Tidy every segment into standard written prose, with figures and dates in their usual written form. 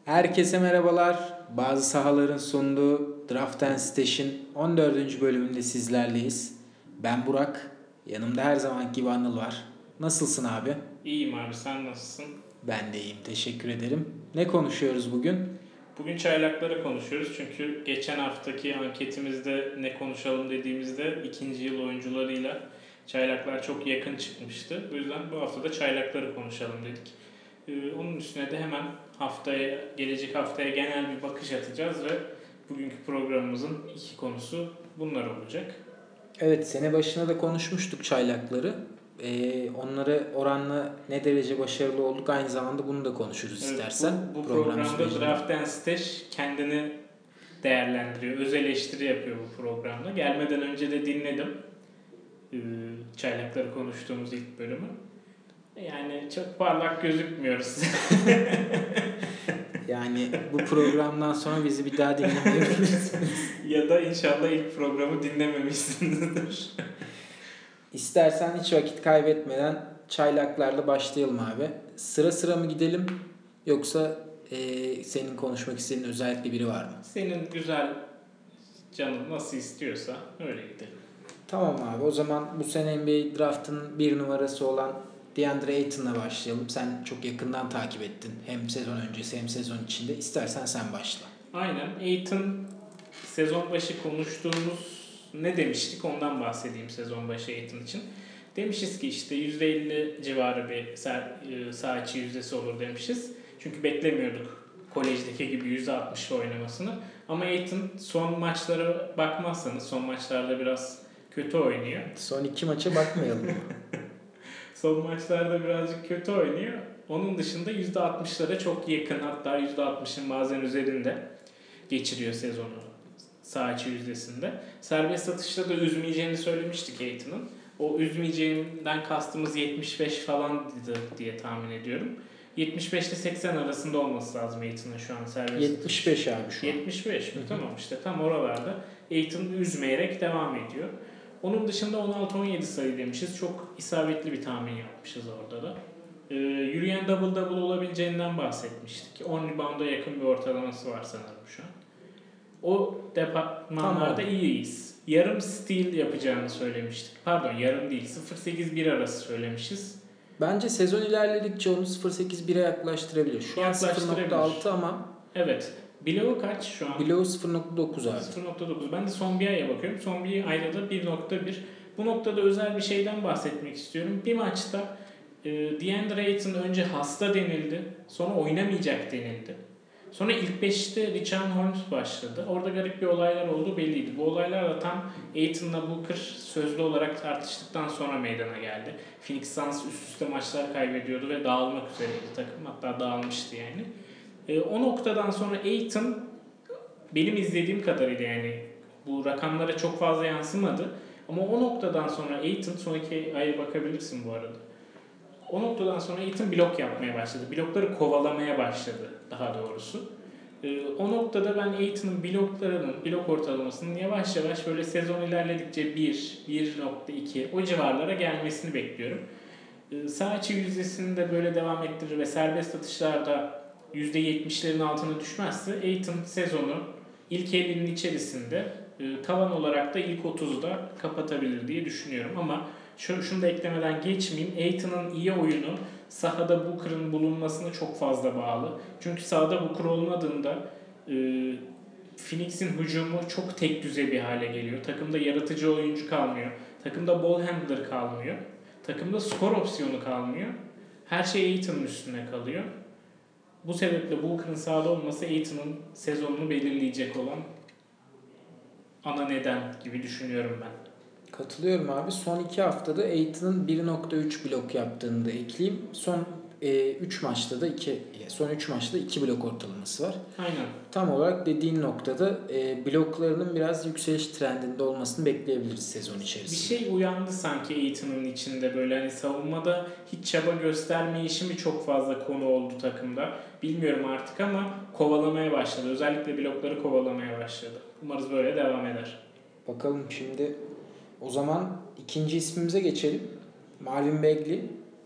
Herkese merhabalar. Bazı sahaların sunduğu Draft and Stash'in 14. bölümünde sizlerleyiz. Ben Burak. Yanımda her zamanki gibi Anıl var. Nasılsın abi? İyiyim abi, sen nasılsın? Ben de iyiyim. Teşekkür ederim. Ne konuşuyoruz bugün? Bugün çaylakları konuşuyoruz çünkü geçen haftaki anketimizde ne konuşalım dediğimizde ikinci yıl oyuncularıyla çaylaklar çok yakın çıkmıştı. O yüzden bu hafta da çaylakları konuşalım dedik. Onun üstüne de hemen gelecek haftaya genel bir bakış atacağız ve bugünkü programımızın iki konusu bunlar olacak. Evet, sene başına da konuşmuştuk çaylakları. Onları oranla ne derece başarılı olduk, aynı zamanda bunu da konuşuruz Evet, istersen. bu Program programda sürecinde. Draft and Stash kendini değerlendiriyor. Öz eleştiri yapıyor bu programda. Gelmeden önce de dinledim. Çaylakları konuştuğumuz ilk bölümü. Yani çok parlak gözükmüyoruz. Yani bu programdan sonra bizi bir daha dinlemeyebilirsiniz. Ya da inşallah ilk programı dinlememişsinizdir. İstersen hiç vakit kaybetmeden çaylaklarla başlayalım abi. Sıra sıra mı gidelim yoksa senin konuşmak istediğin özellikle biri var mı? Senin güzel canın nasıl istiyorsa öyle gidelim. Tamam abi, o zaman bu sene NBA draft'ın bir numarası olan DeAndre Ayton'la başlayalım. Sen çok yakından takip ettin. Hem sezon öncesi hem sezon içinde. İstersen sen başla. Aynen. Ayton sezon başı konuştuğumuz ne demiştik ondan bahsedeyim sezon başı Ayton için. Demişiz ki işte %50 civarı bir sağ içi yüzdesi olur demişiz. Çünkü beklemiyorduk kolejdeki gibi %60'la oynamasını. Ama Ayton son maçlara bakmazsanız son maçlarda biraz kötü oynuyor. Son iki maça bakmayalım mı? Son maçlarda birazcık kötü oynuyor. Onun dışında %60'lara çok yakın, hatta %60'ın bazen üzerinde geçiriyor sezonu sağ içi yüzdesinde. Serbest atışta da üzmeyeceğini söylemiştik Ayton'un. O üzmeyeceğinden kastımız 75 falan diye tahmin ediyorum. 75 ile 80 arasında olması lazım Ayton'un şu an serbest 75 abi şu an. 75 mi? Tamam, işte tam oralarda Ayton üzmeyerek devam ediyor. Onun dışında 16-17 sayı demişiz. Çok isabetli bir tahmin yapmışız orada da. Yürüyen double olabileceğinden bahsetmiştik. 10 rebound'a yakın bir ortalaması var sanırım şu an. O departmanlarda tamam, iyiyiz. Yarım steal yapacağını söylemiştik. Pardon, yarım değil. 0.8-1 arası söylemişiz. bence sezon ilerledikçe onu 0.8-1'e yaklaştırabilir. Şu an 0.6 ama evet. Below kaç şu an? Below 0.9 abi. 0.9. Ben de son bir aya bakıyorum. Son bir ayda da 1.1. Bu noktada özel bir şeyden bahsetmek istiyorum. Bir maçta DeAndre Ayton önce hasta denildi. Sonra oynamayacak denildi. Sonra ilk 5'te Richaun Holmes başladı. Orada garip bir olaylar olduğu belliydi. Bu olaylar da tam Ayton'la Booker sözlü olarak tartıştıktan sonra meydana geldi. Phoenix Suns üst üste maçlar kaybediyordu ve dağılmak üzereydi takım. Hatta dağılmıştı yani. O noktadan sonra Ayton benim izlediğim kadarıyla, yani bu rakamlara çok fazla yansımadı. Ama o noktadan sonra Ayton, sonraki aya bakabilirsin bu arada. O noktadan sonra Ayton blok yapmaya başladı. Blokları kovalamaya başladı daha doğrusu. O noktada ben Ayton'un blok ortalamasının yavaş yavaş böyle sezon ilerledikçe 1, 1.2 o civarlara gelmesini bekliyorum. Sağ içi yüzdesini de böyle devam ettirir ve serbest atışlarda %70'lerin altına düşmezse Ayton sezonu ilk 50'nin içerisinde tavan olarak da ilk 30'da kapatabilir diye düşünüyorum. Ama şunu da eklemeden geçmeyeyim. Ayton'un iyi oyunu sahada Booker'ın bulunmasına çok fazla bağlı. Çünkü sahada Booker olmadığında Phoenix'in hücumu çok tek düze bir hale geliyor. Takımda yaratıcı oyuncu kalmıyor. Takımda ball handler kalmıyor. Takımda skor opsiyonu kalmıyor. Her şey Ayton'un üstüne kalıyor. Bu sebeple Booker'ın sahada olması Ayton'un sezonunu belirleyecek olan ana neden gibi düşünüyorum ben. Katılıyorum abi. Son 2 haftada Ayton'un 1.3 blok yüzdesini da ekleyeyim. Son 3 maçta da 2 blok ortalaması var. Aynen. Tam olarak dediğin noktada bloklarının biraz yükseliş trendinde olmasını bekleyebiliriz sezon içerisinde. Bir şey uyandı sanki Ayton'un içinde, böyle hani savunmada hiç çaba göstermeyişi mi çok fazla konu oldu takımda. Bilmiyorum artık ama kovalamaya başladı. Özellikle blokları kovalamaya başladı. Umarız böyle devam eder. Bakalım şimdi, o zaman ikinci ismimize geçelim. Marvin Bagley.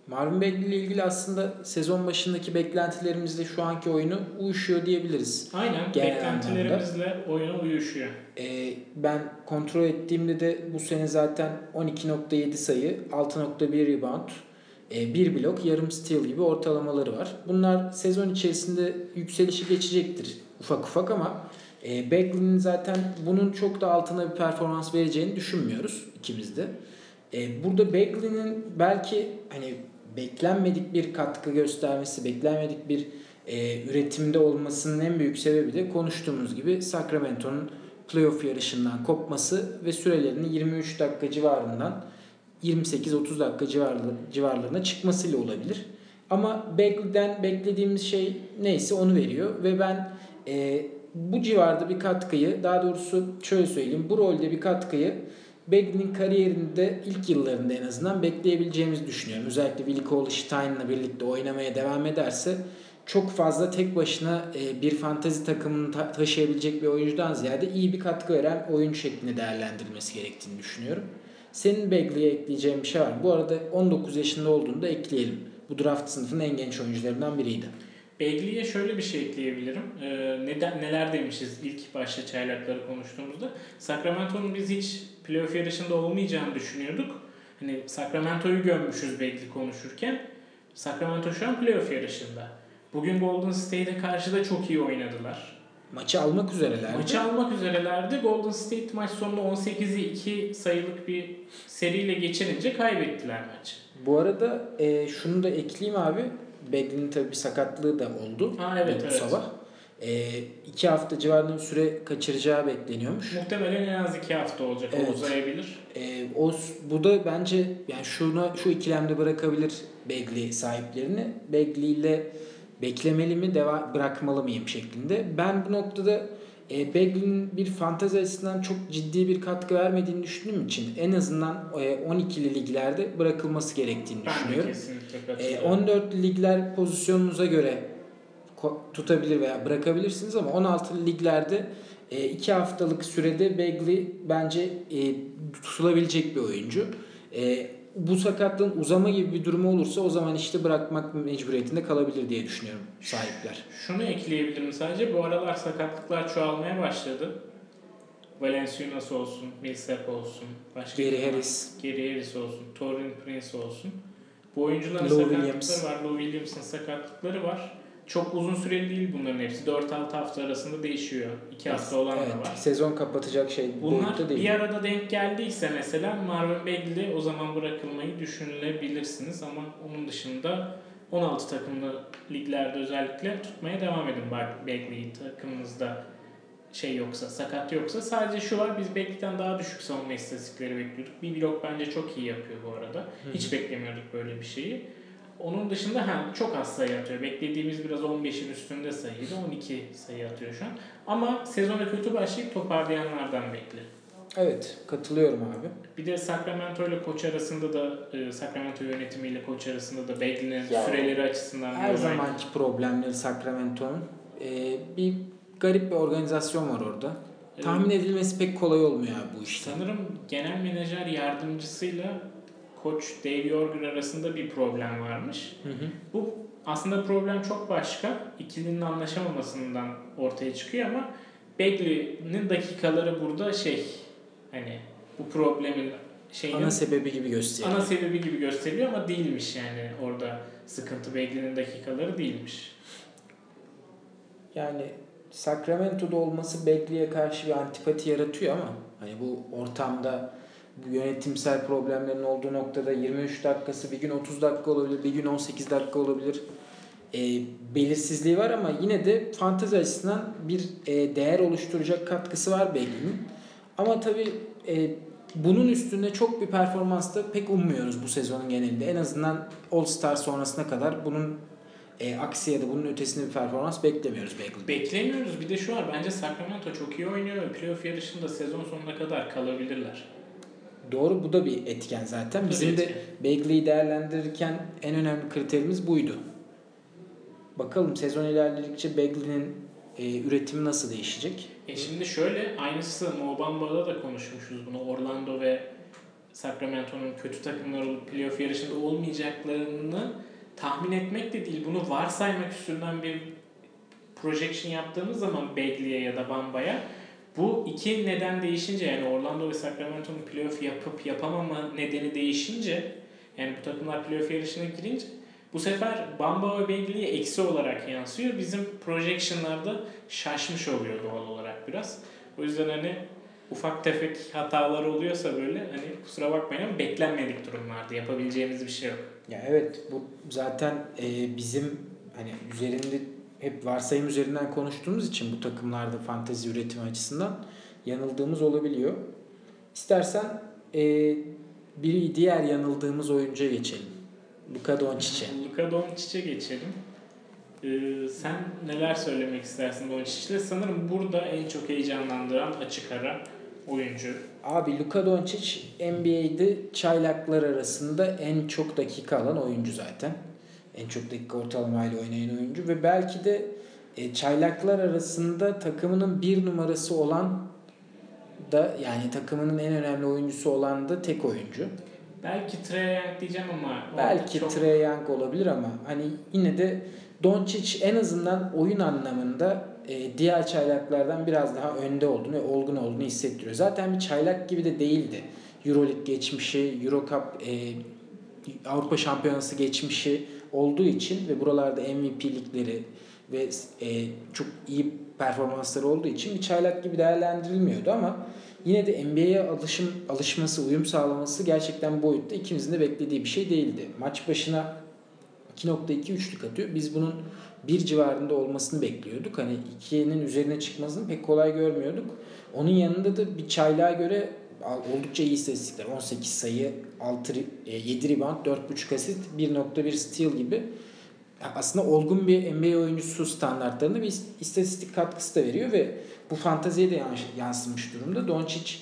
Marvin Bagley ile ilgili aslında sezon başındaki beklentilerimizle şu anki oyunu uyuşuyor diyebiliriz. Aynen, genel beklentilerimizle oyuna uyuşuyor. Ben kontrol ettiğimde de bu sene zaten 12.7 sayı, 6.1 rebound, 1 blok, yarım steal gibi ortalamaları var. Bunlar sezon içerisinde yükselişi geçecektir ufak ufak ama Bagley'nin zaten bunun çok da altına bir performans vereceğini düşünmüyoruz ikimiz de. Burada Bagley'nin belki hani beklenmedik bir katkı göstermesi, beklenmedik bir üretimde olmasının en büyük sebebi de konuştuğumuz gibi Sacramento'nun playoff yarışından kopması ve sürelerinin 23 dakika civarından 28-30 dakika civarlarına çıkmasıyla olabilir. Ama Bagley'den beklediğimiz şey neyse onu veriyor ve ben bu civarda bir katkıyı, daha doğrusu şöyle söyleyeyim, bu rolde bir katkıyı Bagley'nin kariyerinde ilk yıllarında en azından bekleyebileceğimizi düşünüyorum. Özellikle Willie Cauley-Stein'la birlikte oynamaya devam ederse çok fazla tek başına bir fantezi takımını taşıyabilecek bir oyuncudan ziyade iyi bir katkı veren oyuncu şeklinde değerlendirilmesi gerektiğini düşünüyorum. Senin Bagley'e ekleyeceğin bir şey var mı? Bu arada 19 yaşında olduğunu da ekleyelim. Bu draft sınıfının en genç oyuncularından biriydi. Bagley'e şöyle bir şey ekleyebilirim. Neler demişiz ilk başta çaylakları konuştuğumuzda. Sacramento'nun biz hiç playoff yarışında olmayacağını düşünüyorduk. Hani Sacramento'yu gömmüşüz Bagley konuşurken. Sacramento şu an playoff yarışında. Bugün Golden State'e karşı da çok iyi oynadılar. Maçı almak üzerelerdi. Golden State maç sonunda 18'i 2 sayılık bir seriyle geçirince kaybettiler maçı. Bu arada şunu da ekleyeyim abi. Bagley'nin tabii bir sakatlığı da oldu bu sabah. 2 hafta civarında bir süre kaçıracağı bekleniyormuş. Muhtemelen en az 2 hafta olacak. Evet. O uzayabilir. Bu da bence yani şu ikilemde bırakabilir Bagley sahiplerini. Bagley ile beklemeli mi bırakmalı mıyım şeklinde. Ben bu noktada Bagley'nin bir fantezi açısından çok ciddi bir katkı vermediğini düşündüğüm için en azından 12'li liglerde bırakılması gerektiğini düşünüyorum. Ben de kesinlikle 14'lü ligler pozisyonunuza göre tutabilir veya bırakabilirsiniz ama 16'lı liglerde 2 haftalık sürede Bagley bence tutulabilecek bir oyuncu. Bu sakatlığın uzama gibi bir durumu olursa o zaman işte bırakmak mecburiyetinde kalabilir diye düşünüyorum sahipler. Şunu ekleyebilirim sadece. Bu aralar sakatlıklar çoğalmaya başladı. Valanciunas olsun, Millsap olsun, Gary Harris olsun, Taurean Prince olsun. Bu oyuncuların sakatlıkları var. Lou Williams'ın sakatlıkları var. Çok uzun süreli değil bunların hepsi. 4-6 hafta arasında değişiyor. 2 hafta olan da var. Sezon kapatacak şey bunlar değil. Bir arada denk geldiyse mesela Marvin Bagley o zaman bırakılmayı düşünülebilirsiniz ama onun dışında 16 takımlı liglerde özellikle tutmaya devam edin Bagley'i takımınızda sakat yoksa. Sadece şu var, biz Bagley'den daha düşük savunma istatistikleri bekliyorduk. Bir blok bence çok iyi yapıyor bu arada. Hiç beklemiyorduk böyle bir şeyi. Onun dışında çok az sayı atıyor. Beklediğimiz biraz 15'in üstünde sayıydı. 12 sayı atıyor şu an. Ama sezona kötü başlayıp toparlayanlardan bekle. Evet, katılıyorum abi. Bir de Sacramento ile koç arasında da Sacramento yönetimiyle koç arasında da Bagley'nin süreleri açısından her zamanki problemleri Sacramento'nun. Bir garip bir organizasyon var orada. Tahmin edilmesi pek kolay olmuyor abi bu işte. Sanırım genel menajer yardımcısıyla koç Dave Yorger arasında bir problem varmış. Bu aslında problem çok başka. İkilinin anlaşamamasından ortaya çıkıyor ama Bagley'nin dakikaları burada bu problemin ana sebebi gibi gösteriliyor ama değilmiş yani orada sıkıntı Bagley'nin dakikaları değilmiş. Yani Sacramento'da olması Bagley'e karşı bir antipati yaratıyor ama hani bu ortamda bu yönetimsel problemlerin olduğu noktada 23 dakikası bir gün 30 dakika olabilir, bir gün 18 dakika olabilir. Belirsizliği var ama yine de fantezi açısından bir değer oluşturacak katkısı var Bagley'nin. Ama tabii bunun üstünde çok bir performans da pek ummuyoruz bu sezonun genelinde. En azından All Star sonrasına kadar bunun aksi ya da bunun ötesinde bir performans beklemiyoruz Bagley'den. Beklemiyoruz. Bir de şu var. Bence Sacramento çok iyi oynuyor ve playoff yarışında sezon sonuna kadar kalabilirler. Doğru, bu da bir etken zaten. Bizim de Bagley'i değerlendirirken en önemli kriterimiz buydu. Bakalım sezon ilerledikçe Bagley'nin üretimi nasıl değişecek? Şimdi şöyle, aynısı Mo Bamba'da da konuşmuşuz bunu. Orlando ve Sacramento'nun kötü takımlar olup playoff yarışında olmayacaklarını tahmin etmek de değil. Bunu varsaymak üstünden bir projection yaptığımız zaman Bagley'e ya da Bamba'ya bu iki neden değişince, yani Orlando ve Sacramento'nun playoff yapıp yapamama nedeni değişince, yani bu takımlar playoff yarışına girince bu sefer Bamba ve Bagley'e eksi olarak yansıyor. Bizim projection'larda şaşmış oluyor doğal olarak biraz. O yüzden hani ufak tefek hatalar oluyorsa böyle hani kusura bakmayın ama beklenmedik durumlarda yapabileceğimiz bir şey yok. Ya evet, bu zaten bizim hani üzerinde hep varsayım üzerinden konuştuğumuz için bu takımlarda fantezi üretimi açısından yanıldığımız olabiliyor. İstersen bir diğer yanıldığımız oyuncuya geçelim. Luka Doncic'e. Luka Doncic'e geçelim. Sen neler söylemek istersin Doncic'le? Sanırım burada en çok heyecanlandıran açık ara oyuncu. Abi Luka Doncic NBA'de çaylaklar arasında en çok dakika alan oyuncu zaten. En çok dakika ortalamayla oynayan oyuncu ve belki de çaylaklar arasında takımının bir numarası olan da, yani takımının en önemli oyuncusu olan da tek oyuncu. Belki Trae Young diyeceğim ama belki çok... Trae Young olabilir ama hani yine de Doncic en azından oyun anlamında diğer çaylaklardan biraz daha önde olduğunu ve olgun olduğunu hissettiriyor. Zaten bir çaylak gibi de değildi. Euroleague geçmişi, Eurocup, Avrupa Şampiyonası geçmişi olduğu için ve buralarda MVP'likleri ve çok iyi performansları olduğu için bir çaylak gibi değerlendirilmiyordu ama yine de NBA'ye alışması, uyum sağlaması gerçekten bu boyutta ikimizin de beklediği bir şey değildi. Maç başına 2.2 üçlük atıyor. Biz bunun 1 civarında olmasını bekliyorduk. Hani 2'nin üzerine çıkmasını pek kolay görmüyorduk. Onun yanında da bir çaylağa göre oldukça iyi istatistikler. 18 sayı, 7 rebound, 4.5 asist, 1.1 steal gibi aslında olgun bir NBA oyuncusu standartlarında bir istatistik katkısı da veriyor ve bu fanteziye de yansımış durumda. Doncic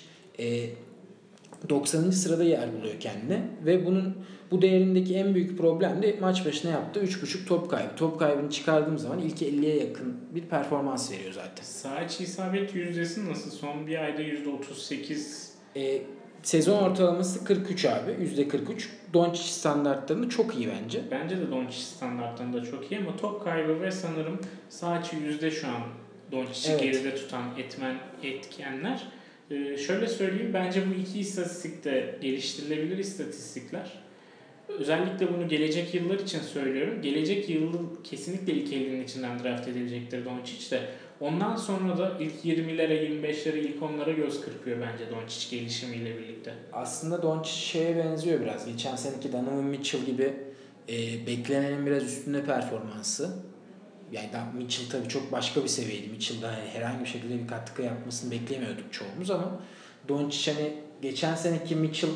90. sırada yer buluyor kendine ve bu değerindeki en büyük problem de maç başına yaptığı 3.5 top kaybı. Top kaybını çıkardığım zaman ilk 50'ye yakın bir performans veriyor zaten. Sağ içi isabet yüzdesi nasıl? Son bir ayda %38. Sezon ortalaması 43 abi. %43. Doncic standartlarında çok iyi bence. Bence de Doncic standartlarında çok iyi ama top kaybı ve sanırım sağ içi yüzde şu an Doncic'i geride tutan etkenler. Şöyle söyleyeyim, bence bu iki istatistik de geliştirilebilir istatistikler. Özellikle bunu gelecek yıllar için söylüyorum. Gelecek yıl kesinlikle ilk 50'nin içinden draft edilecektir Doncic de. Ondan sonra da ilk 20'lere, 25'lere, ilk 10'lara göz kırpıyor bence Doncic gelişimiyle birlikte. Aslında Doncic şeye benziyor biraz. Geçen seneki Donovan Mitchell gibi beklenenin biraz üstünde performansı. Yani Mitchell tabii çok başka bir seviyeydi. Mitchell'da herhangi bir şekilde bir katkı yapmasını beklemiyorduk çoğumuz ama Doncic hani geçen seneki Mitchell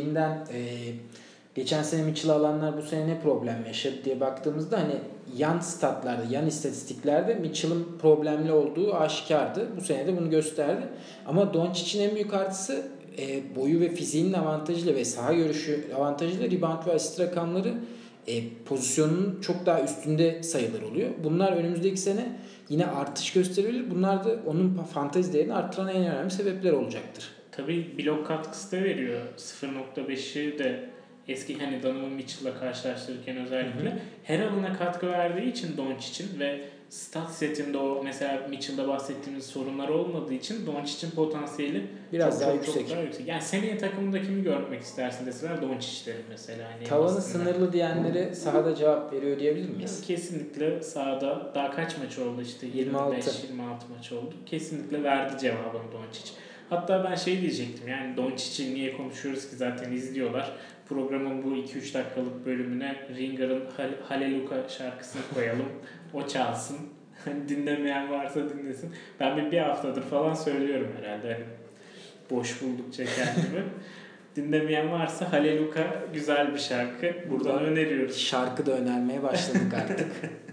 geçen sene Mitchell'ı alanlar bu sene ne problem yaşadı diye baktığımızda hani yan statlarda, yan istatistiklerde Mitchell'ın problemli olduğu aşikardı. Bu sene de bunu gösterdi. Ama Doncic'in en büyük artısı boyu ve fiziğinin avantajıyla ve saha görüşü avantajıyla rebound ve asist rakamları pozisyonunun çok daha üstünde sayılar oluyor. Bunlar önümüzdeki sene yine artış gösterebilir. Bunlar da onun fantezi değerini arttıran en önemli sebepler olacaktır. Tabii blok katkısı da veriyor. 0.5'i de eski hani Donovan Mitchell'la karşılaştırırken özellikle her alana katkı verdiği için Doncic'in ve stat setinde o mesela Mitchell'da bahsettiğimiz sorunlar olmadığı için Doncic'in potansiyeli biraz daha yüksek. Çok daha yüksek. Yani seneye takımında kimi görmek istersin deseler Doncic derim mesela. Yani tavanı sınırlı diyenlere sahada cevap veriyor diyebilir miyiz? Kesinlikle sahada daha kaç maç oldu işte 25-26 maç oldu. Kesinlikle verdi cevabını Doncic. Hatta ben diyecektim yani Doncic'i niye konuşuyoruz ki zaten izliyorlar. Programın bu 2-3 dakikalık bölümüne Ringer'ın Hallelujah şarkısını koyalım. O çalsın. Dinlemeyen varsa dinlesin. Ben bir haftadır falan söylüyorum herhalde. Hani boş buldukça kendimi. Dinlemeyen varsa Hallelujah güzel bir şarkı. Buradan öneriyoruz. Şarkı da önermeye başladık artık.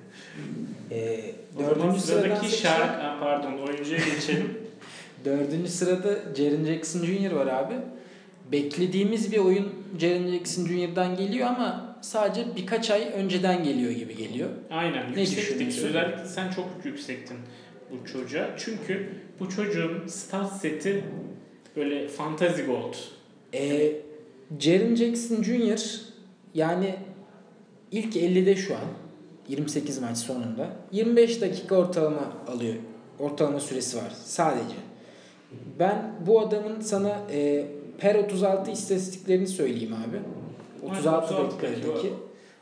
Dördüncü sıradaki oyuncuya geçelim. 4. sırada Jaren Jackson Jr. var abi. Beklediğimiz bir oyun Jaren Jackson Jr.'dan geliyor ama sadece birkaç ay önceden geliyor gibi geliyor. Aynen. Yüksektik. Özellikle sen çok yüksektin bu çocuğa. Çünkü bu çocuğun stat seti böyle fantasy gold. Jaren Jackson Jr. yani ilk 50'de şu an 28 maç sonunda 25 dakika ortalama alıyor. Ortalama süresi var sadece. Ben bu adamın sana per 36 istatistiklerini söyleyeyim abi. 36 dakikadaki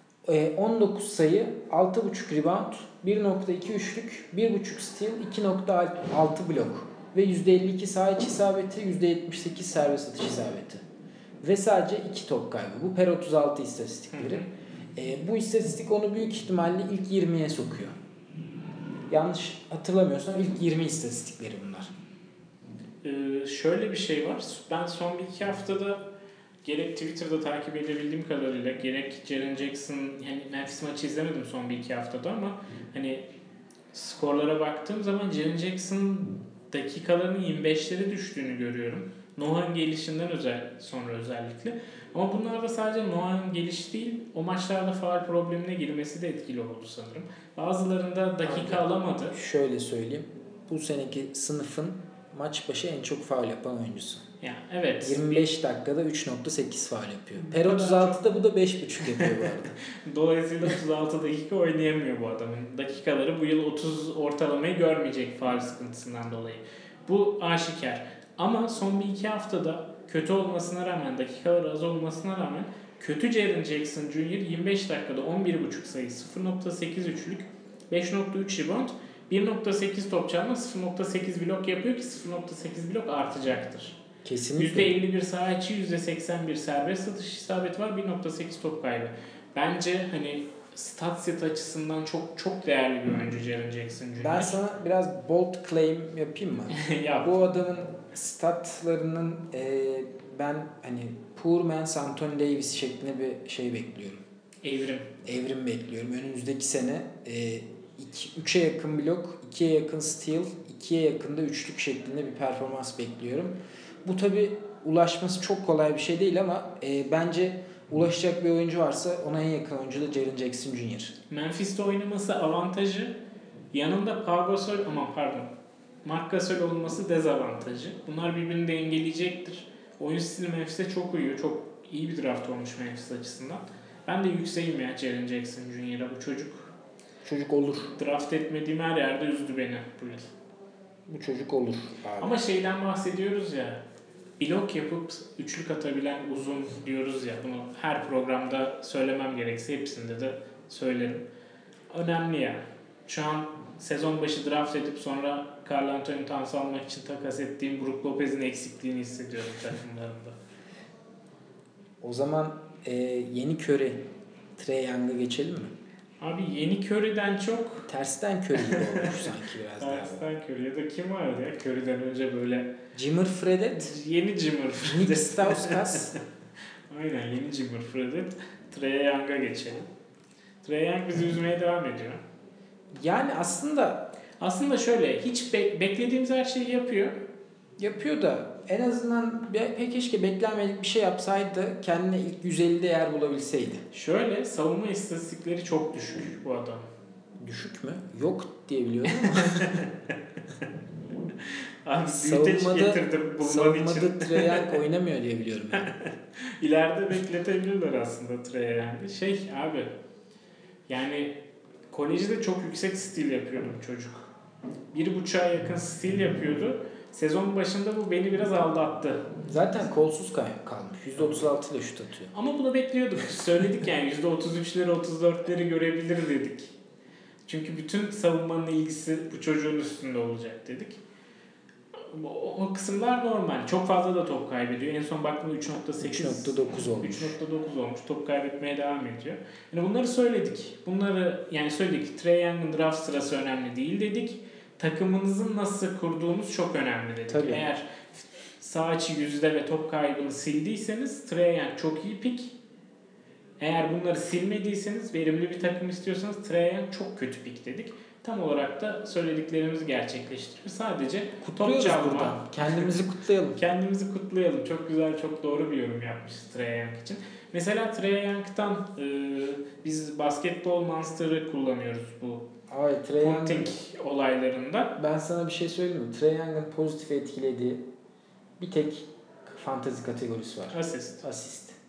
19 sayı, 6.5 rebound, 1.2 üçlük, 1.5 steal, 2.6 blok ve %52 saha içi isabeti, %78 serbest atış isabeti. Ve sadece 2 top kaybı. Bu per 36 istatistikleri. Bu istatistik onu büyük ihtimalle ilk 20'ye sokuyor. Yanlış hatırlamıyorsam ilk 20 istatistikleri bunlar. Şöyle bir şey var. Ben son bir iki haftada gerek Twitter'da takip edebildiğim kadarıyla gerek Jaren Jackson, yani Memphis maçı izlemedim son bir iki haftada ama hani skorlara baktığım zaman Jaren Jackson dakikalarının 25'lere düştüğünü görüyorum. Noah'ın gelişinden sonra özellikle. Ama bunlar da sadece Noah'ın gelişi değil, o maçlarda faul problemine girmesi de etkili oldu sanırım. Bazılarında dakika alamadı. Şöyle söyleyeyim. Bu seneki sınıfın maç başı en çok faul yapan oyuncusu. Yani evet. 25 dakikada 3.8 faul yapıyor. Per 36'da bu da 5.5 yapıyor bu arada. Dolayısıyla 36 dakika oynayamıyor bu adamın. Dakikaları bu yıl 30 ortalamayı görmeyecek faul sıkıntısından dolayı. Bu aşikar. Ama son bir iki haftada kötü olmasına rağmen, dakikaları az olmasına rağmen kötü Jaren Jackson Jr. 25 dakikada 11.5 sayı, 0.8 üçlük, 5.3 rebound, 1.8 top çalma, 0.8 blok yapıyor ki 0.8 blok artacaktır. Kesinlikle. %51 saha içi, %81 serbest atış isabeti var, 1.8 top kaybı. Bence hani stat set açısından çok çok değerli bir oyuncu Jaren Jackson Jr. Ben sana biraz bold claim yapayım mı? Yap. Bu adamın statlarının ben hani poor man's Anthony Davis şeklinde bir şey bekliyorum. Evrim bekliyorum. Önümüzdeki sene 3'e yakın blok, 2'ye yakın steal, 2'ye yakın da üçlük şeklinde bir performans bekliyorum. Bu tabi ulaşması çok kolay bir şey değil ama bence ulaşacak bir oyuncu varsa ona en yakın oyuncu da Jaren Jackson Jr. Memphis'te oynaması avantajı, yanında Marc Gasol olması dezavantajı. Bunlar birbirini dengeleyecektir. Oyun stili Memphis'e çok uyuyor. Çok iyi bir draft olmuş Memphis açısından. Ben de yükseğim ya Jaren Jackson Jr.'a. Bu çocuk olur. Draft etmediğim her yerde üzdü beni bu yıl. Bu çocuk olur abi. Ama şeyden bahsediyoruz ya, blok yapıp üçlük atabilen uzun diyoruz ya, bunu her programda söylemem gerekse hepsinde de söylerim. Önemli ya. Şu an sezon başı draft edip sonra Karl Anthony Towns almak için takas ettiğim Brook Lopez'in eksikliğini hissediyorum takımlarımda. O zaman yeni Curry, Trae Young'a geçelim mi? Abi yeni Curry'den çok... Tersten Curry gibi olmuş sanki biraz daha. Tersten Curry ya da kim vardı ya Curry'den önce böyle... Jimmer Fredette. Yeni Jimmer Fredette. Nick Stauskas. Aynen, yeni Jimmer Fredette. Trae Young'a geçelim. Trae Young bizi üzmeye devam ediyor. Yani aslında şöyle, hiç beklediğimiz her şeyi yapıyor. Yapıyor da en azından keşke beklenmedik bir şey yapsaydı, kendine ilk 150'de yer bulabilseydi. Şöyle, savunma istatistikleri çok düşük bu adam. Düşük mü? Yok diye biliyorum ama. Abi büyüteç getirdim bulman için. Savunmada Trae Young oynamıyor diye biliyorum yani. İleride bekletebilirler aslında Trae Young'ı. Abi, yani kolejde çok yüksek stil yapıyordu bu çocuk. 1.5'a yakın stil yapıyordu. Sezon başında bu beni biraz aldattı. Zaten kolsuz kalmış. %36 ile şut atıyor. Ama bunu bekliyorduk. Söyledik yani %33'leri 34'leri görebilir dedik. Çünkü bütün savunmanın ilgisi bu çocuğun üstünde olacak dedik. O kısımlar normal. Çok fazla da top kaybediyor. En son baktığımda 3.9 olmuş. 3.9 olmuş. Top kaybetmeye devam ediyor. Yani bunları söyledik. Söyledik. Trae Young'ın draft sırası önemli değil dedik. Takımınızın nasıl kurduğunuz çok önemli dedik. Tabii. Eğer sağ içi yüzde ve top kaybını sildiyseniz Trae Young çok iyi pick. Eğer bunları silmediyseniz, verimli bir takım istiyorsanız Trae Young çok kötü pick dedik. Tam olarak da söylediklerimizi gerçekleştiriyor. Sadece top çalma. Buradan. Kendimizi kutlayalım. Çok güzel, çok doğru bir yorum yapmışız Trae Young için. Mesela Trae Young'tan biz basketbol monster'ı kullanıyoruz bu punting olaylarında. Ben sana bir şey söyleyeyim mi? Trae Young'ın pozitif etkilediği bir tek fantezi kategorisi var. Asist.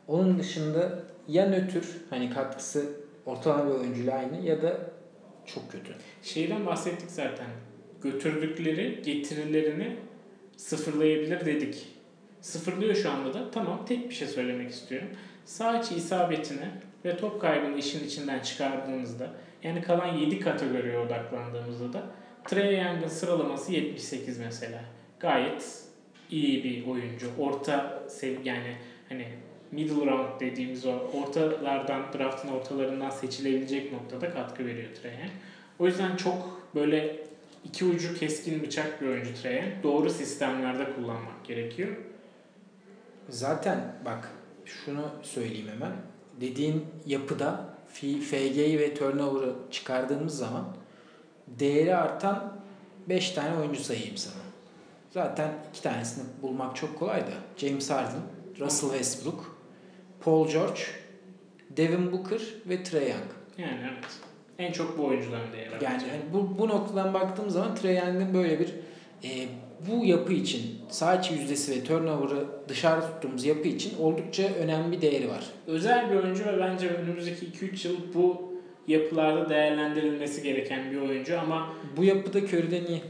Onun dışında ya nötr, hani katkısı ortalama bir oyuncuyla aynı, ya da çok kötü. Şeyden bahsettik zaten. Götürdükleri getirilerini sıfırlayabilir dedik. Sıfırlıyor şu anda da. Tamam, tek bir şey söylemek istiyorum. Sağ içi isabetini ve top kaybını işin içinden çıkardığımızda, yani kalan 7 kategoriye odaklandığımızda da Trae Young'ın sıralaması 78 mesela. Gayet iyi bir oyuncu. Orta yani hani middle round dediğimiz o ortalardan, draftın ortalarından seçilebilecek noktada katkı veriyor Trae Young. O yüzden çok böyle iki ucu keskin bıçak bir oyuncu Trae Young. Doğru sistemlerde kullanmak gerekiyor. Zaten bak şunu söyleyeyim hemen. Dediğin yapıda FG'yi ve turnover'ı çıkardığımız zaman değeri artan 5 tane oyuncu sayayım sana. Zaten 2 tanesini bulmak çok kolay da. James Harden, Russell Westbrook, Paul George, Devin Booker ve Trae Young. Yani evet. En çok bu oyuncuların değeri artacak. Yani bu noktadan baktığım zaman Trae Young'ın böyle bir bu yapı için sağ içi yüzdesi ve turnover'ı dışarı tuttuğumuz yapı için oldukça önemli bir değeri var. Özel bir oyuncu ve bence önümüzdeki 2-3 yıl bu yapılarda değerlendirilmesi gereken bir oyuncu ama bu yapıda Curry'den iyi.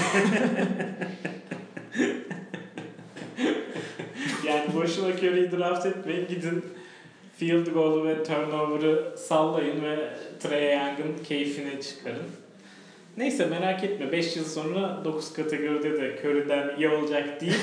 yani boşuna Curry'i draft etmeyin, gidin field goal ve turnover'ı sallayın ve Trae Young'ın keyfine çıkarın. Neyse, merak etme, 5 yıl sonra 9 kategoride de Curry'den iyi olacak deyip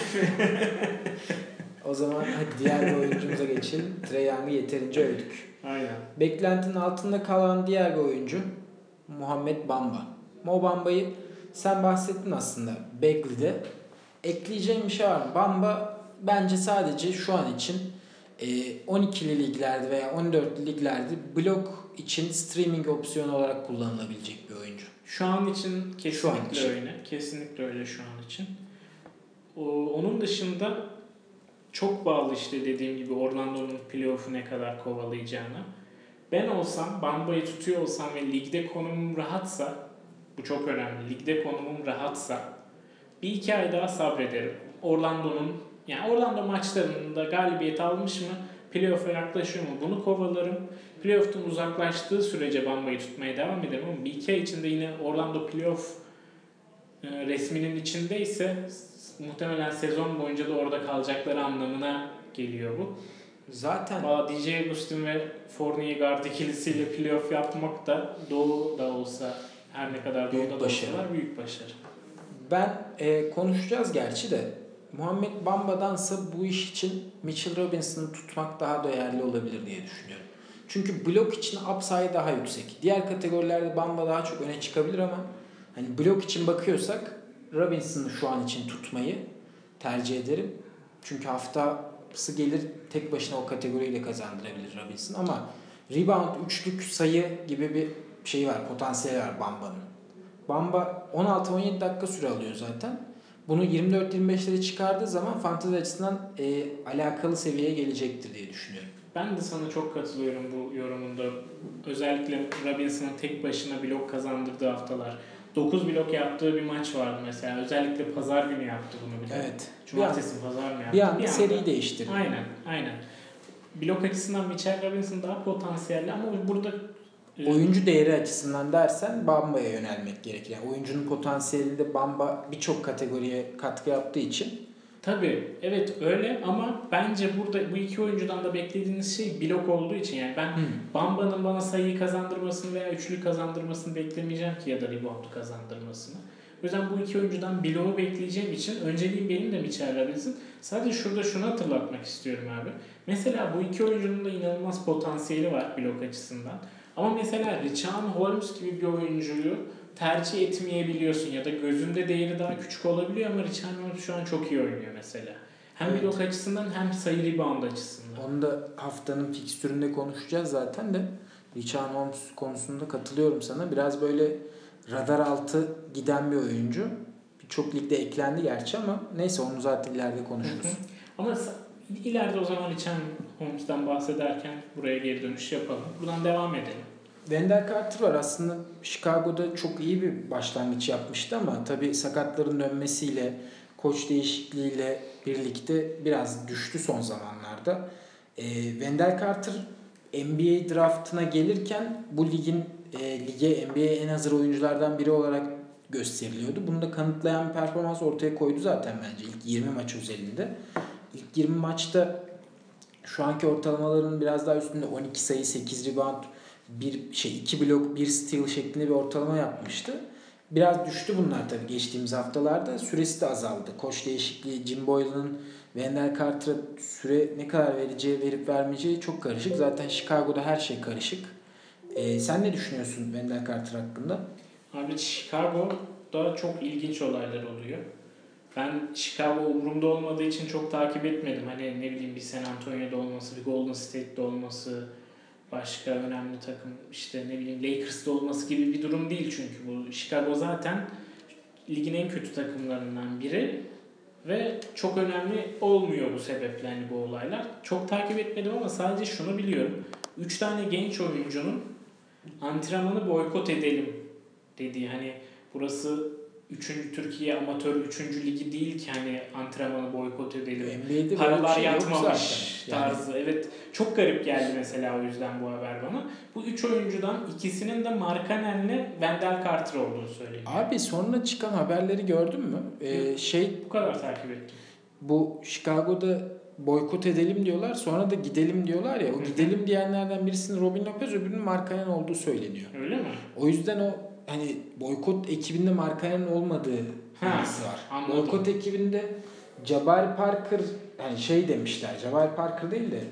o zaman hadi diğer bir oyuncumuza geçelim. Trae Young'ı yeterince övdük. aynen. Beklentinin altında kalan diğer bir oyuncu Muhammed Bamba. Mo Bamba'yı sen bahsettin aslında Bagley'de. Ekleyeceğim bir şey var mı? Bamba bence sadece şu an için 12'li liglerde veya 14'lü liglerde blok için streaming opsiyonu olarak kullanılabilecek bir oyuncu. Şu an için kesinlikle öyle. Kesinlikle öyle şu an için. Onun dışında çok bağlı işte dediğim gibi Orlando'nun playoff'u ne kadar kovalayacağına. Ben olsam, Bamba'yı tutuyor olsam ve ligde konumum rahatsa, bu çok önemli, ligde konumum rahatsa bir iki ay daha sabrederim. Orlando maçlarında galibiyet almış mı, playoff'a yaklaşıyor mu bunu kovalarım. Playoff'tan uzaklaştığı sürece Bamba'yı tutmaya devam ederim ama bir iki ay içinde yine Orlando playoff resminin içindeyse muhtemelen sezon boyunca da orada kalacakları anlamına geliyor bu. Zaten DJ Augustin ve Fournier guard ikilisiyle playoff yapmak da Doğu'da olsa, her ne kadar Doğu'da da olsalar büyük başarı. Ben konuşacağız gerçi de Muhammed Bamba'dansa bu iş için Mitchell Robinson'ı tutmak daha değerli olabilir diye düşünüyorum. Çünkü blok için upside daha yüksek. Diğer kategorilerde Bamba daha çok öne çıkabilir ama hani blok için bakıyorsak Robinson'ı şu an için tutmayı tercih ederim. Çünkü haftası gelir tek başına o kategoriyi de kazandırabilir Robinson ama rebound, üçlük sayı gibi bir şey var, potansiyeli var Bamba'nın. Bamba 16-17 dakika süre alıyor zaten. Bunu 24-25'lere çıkardığı zaman fantezi açısından alakalı seviyeye gelecektir diye düşünüyorum. Ben de sana çok katılıyorum bu yorumunda. Özellikle Robinson'ın tek başına blok kazandırdığı haftalar. 9 blok yaptığı bir maç vardı mesela. Özellikle pazar günü yaptı bunu bir de. Evet. Cumartesi pazar mı yaptı? Bir anda seriyi değiştirdi. Aynen. Blok açısından Mitchell Robinson daha potansiyelli ama burada oyuncu değeri açısından dersen Bamba'ya yönelmek gerekir. Yani oyuncunun potansiyelinde Bamba birçok kategoriye katkı yaptığı için. Tabii evet öyle ama bence burada bu iki oyuncudan da beklediğiniz şey blok olduğu için yani ben Bamba'nın bana sayıyı kazandırmasını veya üçlü kazandırmasını beklemeyeceğim ki ya da rebound kazandırmasını. O yüzden bu iki oyuncudan bloğu bekleyeceğim için önceliğim benim de Mitchell Robinson. Sadece şurada şunu hatırlatmak istiyorum abi. Mesela bu iki oyuncunun da inanılmaz potansiyeli var blok açısından. Ama mesela Richaun Holmes gibi bir oyuncuyu tercih etmeyebiliyorsun ya da gözünde değeri daha küçük olabiliyor ama Richaun Holmes şu an çok iyi oynuyor mesela. Hem blok açısından hem sayı rebound açısından. Onu da haftanın fikstüründe konuşacağız zaten de. Richaun Holmes konusunda katılıyorum sana. Biraz böyle radar altı giden bir oyuncu. Birçok ligde eklendi gerçi ama neyse onu zaten ileride konuşuruz. Ama ileride o zaman Richaun Holmes'tan bahsederken buraya geri dönüş yapalım. Buradan devam edelim. Wendell Carter var. Aslında Chicago'da çok iyi bir başlangıç yapmıştı ama tabii sakatların dönmesiyle, koç değişikliğiyle birlikte biraz düştü son zamanlarda. Wendell Carter NBA draftına gelirken bu lige NBA'ye en hazır oyunculardan biri olarak gösteriliyordu. Bunu da kanıtlayan bir performans ortaya koydu zaten bence ilk 20 maç özelinde. İlk 20 maçta şu anki ortalamaların biraz daha üstünde 12 sayı, 8 rebound, 2 blok, 1 steal şeklinde bir ortalama yapmıştı. Biraz düştü bunlar tabii geçtiğimiz haftalarda. Süresi de azaldı. Koç değişikliği, Jim Boylan'ın Wendell Carter'a süre ne kadar vereceği, verip vermeyeceği çok karışık. Zaten Chicago'da her şey karışık. Sen ne düşünüyorsun Wendell Carter hakkında? Abi Chicago'da çok ilginç olaylar oluyor. Ben Chicago umurumda olmadığı için çok takip etmedim. Hani ne bileyim bir San Antonio'da olması, bir Golden State'de olması, başka önemli takım işte ne bileyim Lakers'ta olması gibi bir durum değil çünkü bu. Chicago zaten ligin en kötü takımlarından biri ve çok önemli olmuyor bu sebeple hani bu olaylar. Çok takip etmedim ama sadece şunu biliyorum. 3 tane genç oyuncunun antrenmanı boykot edelim dediği hani burası 3. Türkiye Amatör 3. Ligi değil ki hani antrenmanı boykot edelim. NBA'de Paralar şey yatmamış zaten. tarzı. Evet çok garip geldi mesela o yüzden bu haber bana. Bu 3 oyuncudan ikisinin de Markkanen'le Wendell Carter olduğunu söyleniyor. Abi sonra çıkan haberleri gördün mü? Bu kadar takip ettim. Bu Chicago'da boykot edelim diyorlar. Sonra da gidelim diyorlar ya. O gidelim diyenlerden birisinin Robin Lopez, öbürünün Markkanen olduğu söyleniyor. Öyle mi? O yüzden o hani boykot ekibinde Markkanen olmadığı bilgisi var. Anladım. Boykot ekibinde Jabari Parker hani demişler. Jabari Parker değil de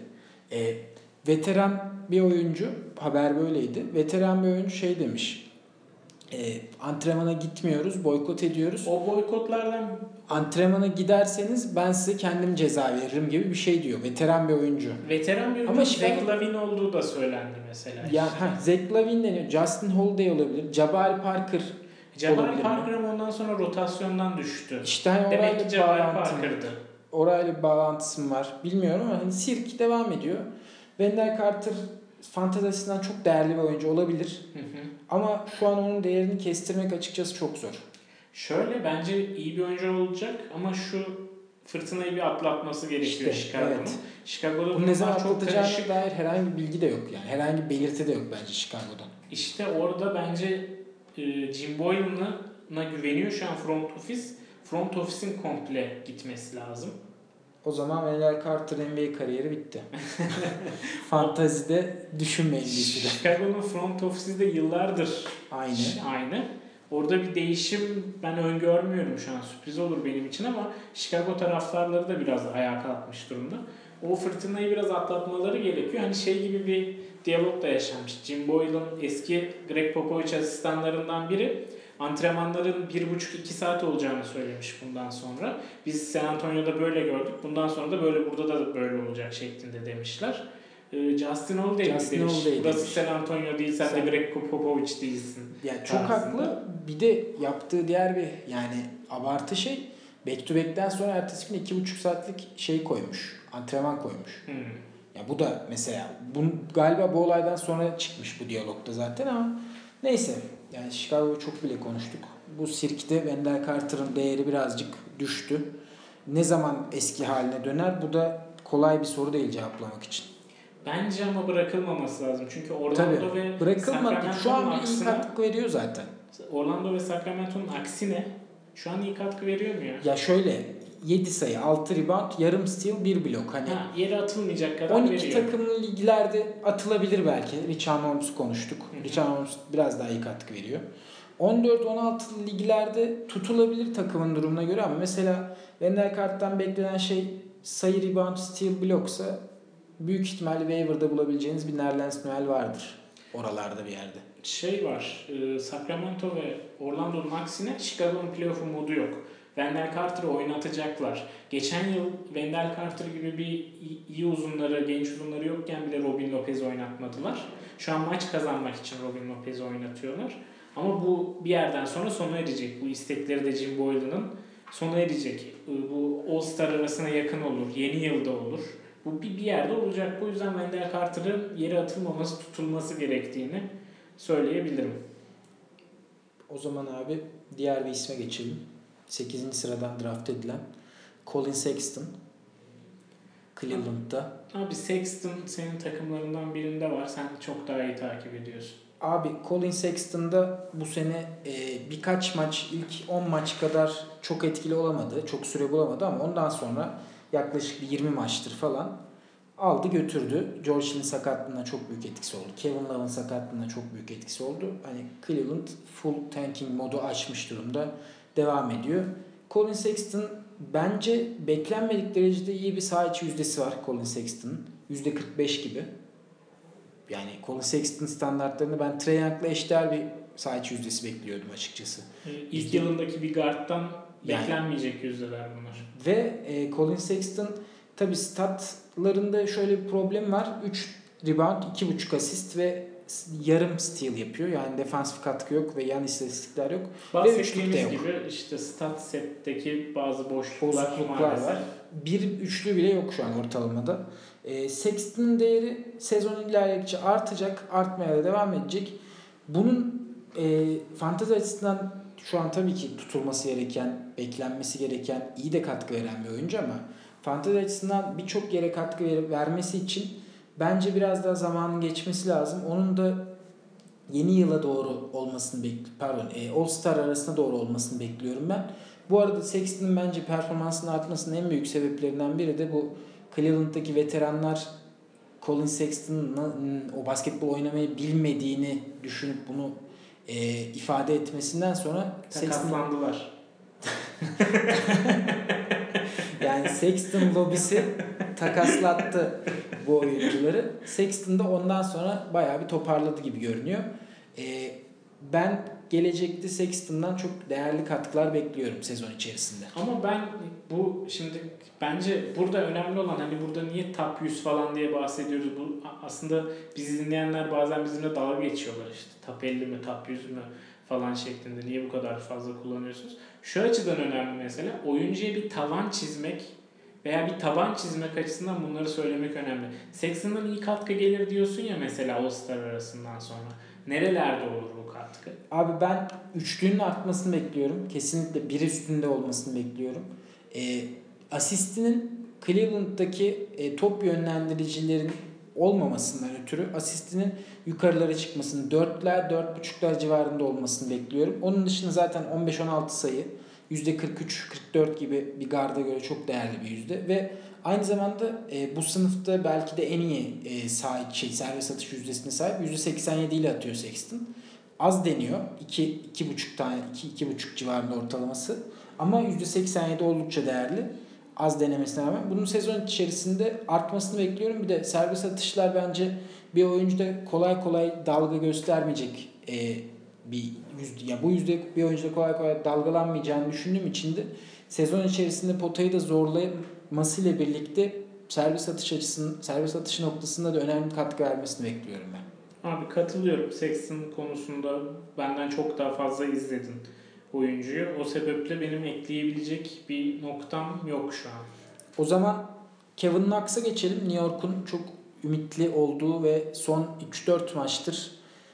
veteran bir oyuncu, haber böyleydi. Veteran bir oyuncu demiş. Antrenmana gitmiyoruz, boykot ediyoruz. O boykotlardan Antrenmana giderseniz ben size kendim ceza veririm gibi bir şey diyor. Veteran bir oyuncu. Ama Zach LaVine olduğu da söylendi mesela. Yani Zach LaVine deniyor. Justin Holiday olabilir. Jabari Parker Jabari Parker ama ondan sonra rotasyondan düştü. İşte demek ki Jabari Parker'dı. Orayla bir bağlantısı mı var bilmiyorum ama sirk devam ediyor. Wendell Carter fantezisinden çok değerli bir oyuncu olabilir. Ama şu an onun değerini kestirmek açıkçası çok zor. Şöyle bence iyi bir oyuncu olacak ama şu fırtınayı bir atlatması gerekiyor Chicago'nun. Evet. Chicago'da bunu ne zaman atlatacağına dair herhangi bir bilgi de yok yani. Herhangi bir belirti de yok bence Chicago'da. İşte orada bence Jim Boylan'a güveniyor şu an front office. Front office'in komple gitmesi lazım. O zaman Wendell Carter NBA kariyeri bitti. Fantazide düşünmeyin bir süre. Chicago'nun front office'i de yıllardır aynı. Orada bir değişim ben öngörmüyorum şu an. Sürpriz olur benim için ama Chicago taraftarları da biraz ayağa kalkmış durumda. O fırtınayı biraz atlatmaları gerekiyor. Hani gibi bir diyalog da yaşanmış. Jim Boylan eski Greg Popovich asistanlarından biri antrenmanların 1,5-2 saat olacağını söylemiş bundan sonra. Biz San Antonio'da böyle gördük. Bundan sonra da böyle burada da böyle olacak şeklinde demişler. Justin Holiday demiş. Burası San Antonio değil, sen de Greg Popovich değilsin. Yani çok haklı. Bir de yaptığı diğer bir abartı back to back'ten sonra ertesi gün 2,5 saatlik koymuş. Antrenman koymuş. Ya bu da mesela galiba bu olaydan sonra çıkmış bu diyalogda zaten ama neyse. Yani Chicago'yu çok bile konuştuk. Bu sirkte Wendell Carter'ın değeri birazcık düştü. Ne zaman eski haline döner? Bu da kolay bir soru değil cevaplamak için. Bence ama bırakılmaması lazım. Çünkü Orlando ve bırakılmadı. Şu an iyi katkı veriyor zaten. Orlando ve Sacramento'nun aksine şu an iyi katkı veriyor mu ya? Ya şöyle 7 sayı, 6 rebound, yarım steal, 1 blok. Yere atılmayacak kadar 12 veriyor. 12 takımlı liglerde atılabilir belki. Richard Holmes konuştuk. Richard Holmes biraz daha iyi katkı veriyor. 14-16 liglerde tutulabilir takımın durumuna göre ama mesela Wendell Carter'dan beklenen sayı, rebound, steal, bloksa büyük ihtimalle waiver'da bulabileceğiniz bir Nerlens Noel vardır. Oralarda bir yerde. Var. Sacramento ve Orlando'nun aksine Chicago'nun playoff umudu yok. Wendell Carter'ı oynatacaklar. Geçen yıl Wendell Carter gibi bir iyi uzunları, genç uzunları yokken bile Robin Lopez'i oynatmadılar. Şu an maç kazanmak için Robin Lopez'i oynatıyorlar. Ama bu bir yerden sonra sona erecek. Bu istekleri de Jim Boylan'ın sona erecek. Bu All-Star arasına yakın olur. Yeni yılda olur. Bu bir yerde olacak. Bu yüzden Wendell Carter'ın yere atılmaması, tutulması gerektiğini söyleyebilirim. O zaman abi diğer bir isme geçelim. 8. sıradan draft edilen Colin Sexton. Cleveland'da. Abi Sexton senin takımlarından birinde var. Sen çok daha iyi takip ediyorsun. Abi Colin Sexton'da bu sene birkaç maç, ilk 10 maç kadar çok etkili olamadı. Çok süre bulamadı ama ondan sonra yaklaşık bir 20 maçtır falan aldı götürdü. George Hill'in sakatlığına çok büyük etkisi oldu. Kevin Love'ın sakatlığına çok büyük etkisi oldu. Hani Cleveland full tanking modu açmış durumda. Devam ediyor. Colin Sexton bence beklenmedik derecede iyi bir saha içi yüzdesi var Colin Sexton'ın. %45 gibi. Yani Colin Sexton standartlarını ben Trae Young'la eşdeğer bir saha içi yüzdesi bekliyordum açıkçası. İlk yılındaki bir guard'dan beklenmeyecek yüzdeler bunlar. Ve Colin Sexton tabi statlarında şöyle bir problem var. 3 rebound, 2.5 asist ve yarım steal yapıyor. Yani defansif katkı yok ve yan istatistikler yok. Bahsettiğimiz gibi işte stat setteki bazı boşluklar var. Bir üçlü bile yok şu an ortalamada. Sexton'ın değeri sezon ilerledikçe artacak, artmaya da devam edecek. Bunun fantezi açısından şu an tabii ki tutulması gereken, beklenmesi gereken, iyi de katkı veren bir oyuncu ama fantezi açısından birçok yere katkı vermesi için bence biraz daha zamanın geçmesi lazım. Onun da yeni yıla doğru olmasını All-Star arasına doğru olmasını bekliyorum ben. Bu arada Sexton'ın bence performansının artmasının en büyük sebeplerinden biri de bu Cleveland'daki veteranlar Colin Sexton'ın o basketbol oynamayı bilmediğini düşünüp bunu ifade etmesinden sonra takaslandılar. Yani Sexton lobisi takaslattı bu oyuncuları. Sexton da ondan sonra bayağı bir toparladı gibi görünüyor. Ben gelecekte Sexton'dan çok değerli katkılar bekliyorum sezon içerisinde. Ama ben bu şimdi bence burada önemli olan hani burada niye top 100 falan diye bahsediyoruz. Bu aslında bizi dinleyenler bazen bizimle dalga geçiyorlar işte. Top 50 mi top 100 mü falan şeklinde. Niye bu kadar fazla kullanıyorsunuz? Şu açıdan önemli mesela. Oyuncuya bir tavan çizmek veya bir taban çizmek açısından bunları söylemek önemli. Sexton'dan iyi katkı gelir diyorsun ya mesela All-Star arasından sonra. Nerelerde olur bu katkı? Abi ben üçlünün artmasını bekliyorum. Kesinlikle bir üstünde olmasını bekliyorum. Asistinin Cleveland'daki top yönlendiricilerin olmamasından ötürü asistinin yukarılara çıkmasını 4'ler 4.5'ler civarında olmasını bekliyorum. Onun dışında zaten 15-16 sayı %43-44 gibi bir garda göre çok değerli bir yüzde ve aynı zamanda bu sınıfta belki de en iyi serbest atış yüzdesine sahip %87 ile atıyor Sexton. Az deniyor. 2.5 civarında ortalaması. Ama %87 oldukça değerli. Az denemesine rağmen. Bunun sezon içerisinde artmasını bekliyorum. Bir de serbest atışlar bence bir oyuncuda kolay kolay dalga göstermeyecek bir yüzde. Ya bu yüzde bir oyuncuda kolay kolay dalgalanmayacağını düşündüğüm için de sezon içerisinde potayı da zorlamasıyla birlikte serbest atış noktasında da önemli katkı vermesini bekliyorum ben. Abi katılıyorum. Sexton konusunda benden çok daha fazla izledin oyuncuyu. O sebeple benim ekleyebilecek bir noktam yok şu an. O zaman Kevin Knox'a geçelim. New York'un çok ümitli olduğu ve son 3-4 maçtır